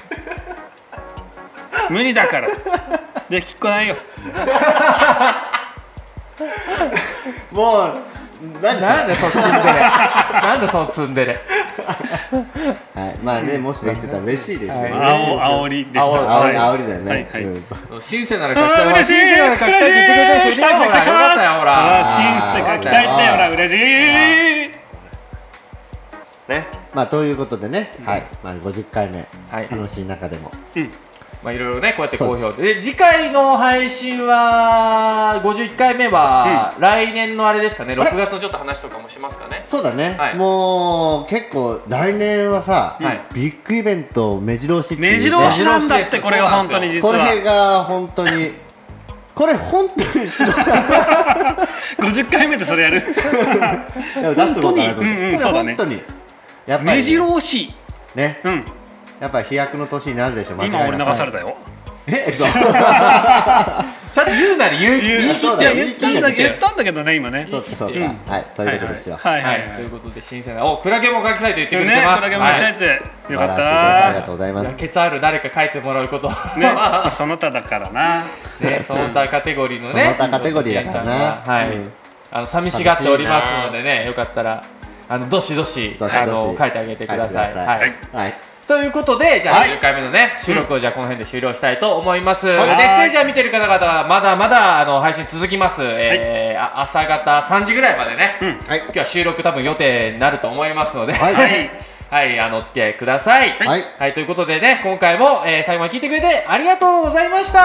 D: 無理だからできっこないよ
C: もう何
B: なんでそのツンデレなんでそのツンデレ。
C: はい、まあね、もしできてたら嬉しいですけどね。
D: あおりでした。
C: あおり、あおりだよね。
D: はいはい
C: うん
B: 新鮮なら書きたい。
D: 嬉しい
B: 新鮮なら書きたいって言ってくれた人いるよ。ほらよかったよほら。
D: シンスで書きたいってほら嬉しい。
C: ね、まあということでね、はい、まあごじゅっかいめ
B: はい
C: 楽しい中でも、
B: まあいろいろねこうやって好評で、で次回の配信はごじゅっかいめは来年のあれですかね、ろくがつのちょっと話とかもしますかね。
C: そうだね、
B: はい
C: もう結構来年はさ、
B: はい
C: ビッグイベント目白押しっていうね、
D: 目白押しなんだってこれが本当に実
C: こ
D: は
C: れが本当にこれ本当に白
D: ごじゅっかいめでそれやる
C: 出しとこうかなと思って、
D: うんうん
C: これ
D: そうだね
C: 本当にやっぱり
D: 目白押し。
C: ね、
D: うん、
C: やっぱり飛躍の年になるでしょ、間違い
D: 今
C: なく。
D: 俺流されたよ。
C: え、そう
B: ちゃんと言うなり言う言い切
C: そうだよ
B: ってよ。
D: 言ったんだ言ったんだけどね今ね。
C: そうかそうか、はい、ということですよ。
D: はいは
B: はいい、ということで新鮮なおクラゲも書きたいと言ってくれて
D: ね、
B: ます。
D: これだけも書いてよかっ
C: 素晴らしいです。ありが
D: た。
C: とうございます。
B: ケツある誰か書いてもらうこと。
D: ね、その他だからな。
B: ね、その他カテゴリーのね。
C: その他カテゴリーだからな
B: ケンちゃんがはい、
C: うん
B: あの寂しがっておりますのでね、よかったらあのどしどし
C: どしどし
B: あの書いてあげてください。
C: 書いてください
B: はい。
C: はい。
B: ということでじゃあ
D: はい
B: じゅっかいめのね収録をじゃあこの辺で終了したいと思います。で
C: はい
B: ステージは見てる方々はまだまだあの配信続きます。えーあ朝方さんじぐらいまでね。
C: はい
B: 今日は収録多分予定になると思いますので。
C: はい
D: はい。
B: はい、あのお付き合いください。
C: はい
B: はい、ということでね、今回も、えー最後まで聞いてくれてありがとうございました。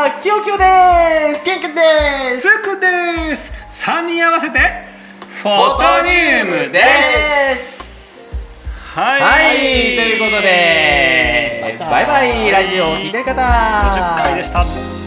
B: きよきよです。
C: ケンケンです。
D: つくです。三人合わせてフォ
B: フォ
D: ト
B: トニ
D: ニウム
B: ウム
D: で。
B: ですす。
D: はい。
B: はい、ということで、バイバイ、ラジオを聞いてる方。
D: ごじゅっかいでした。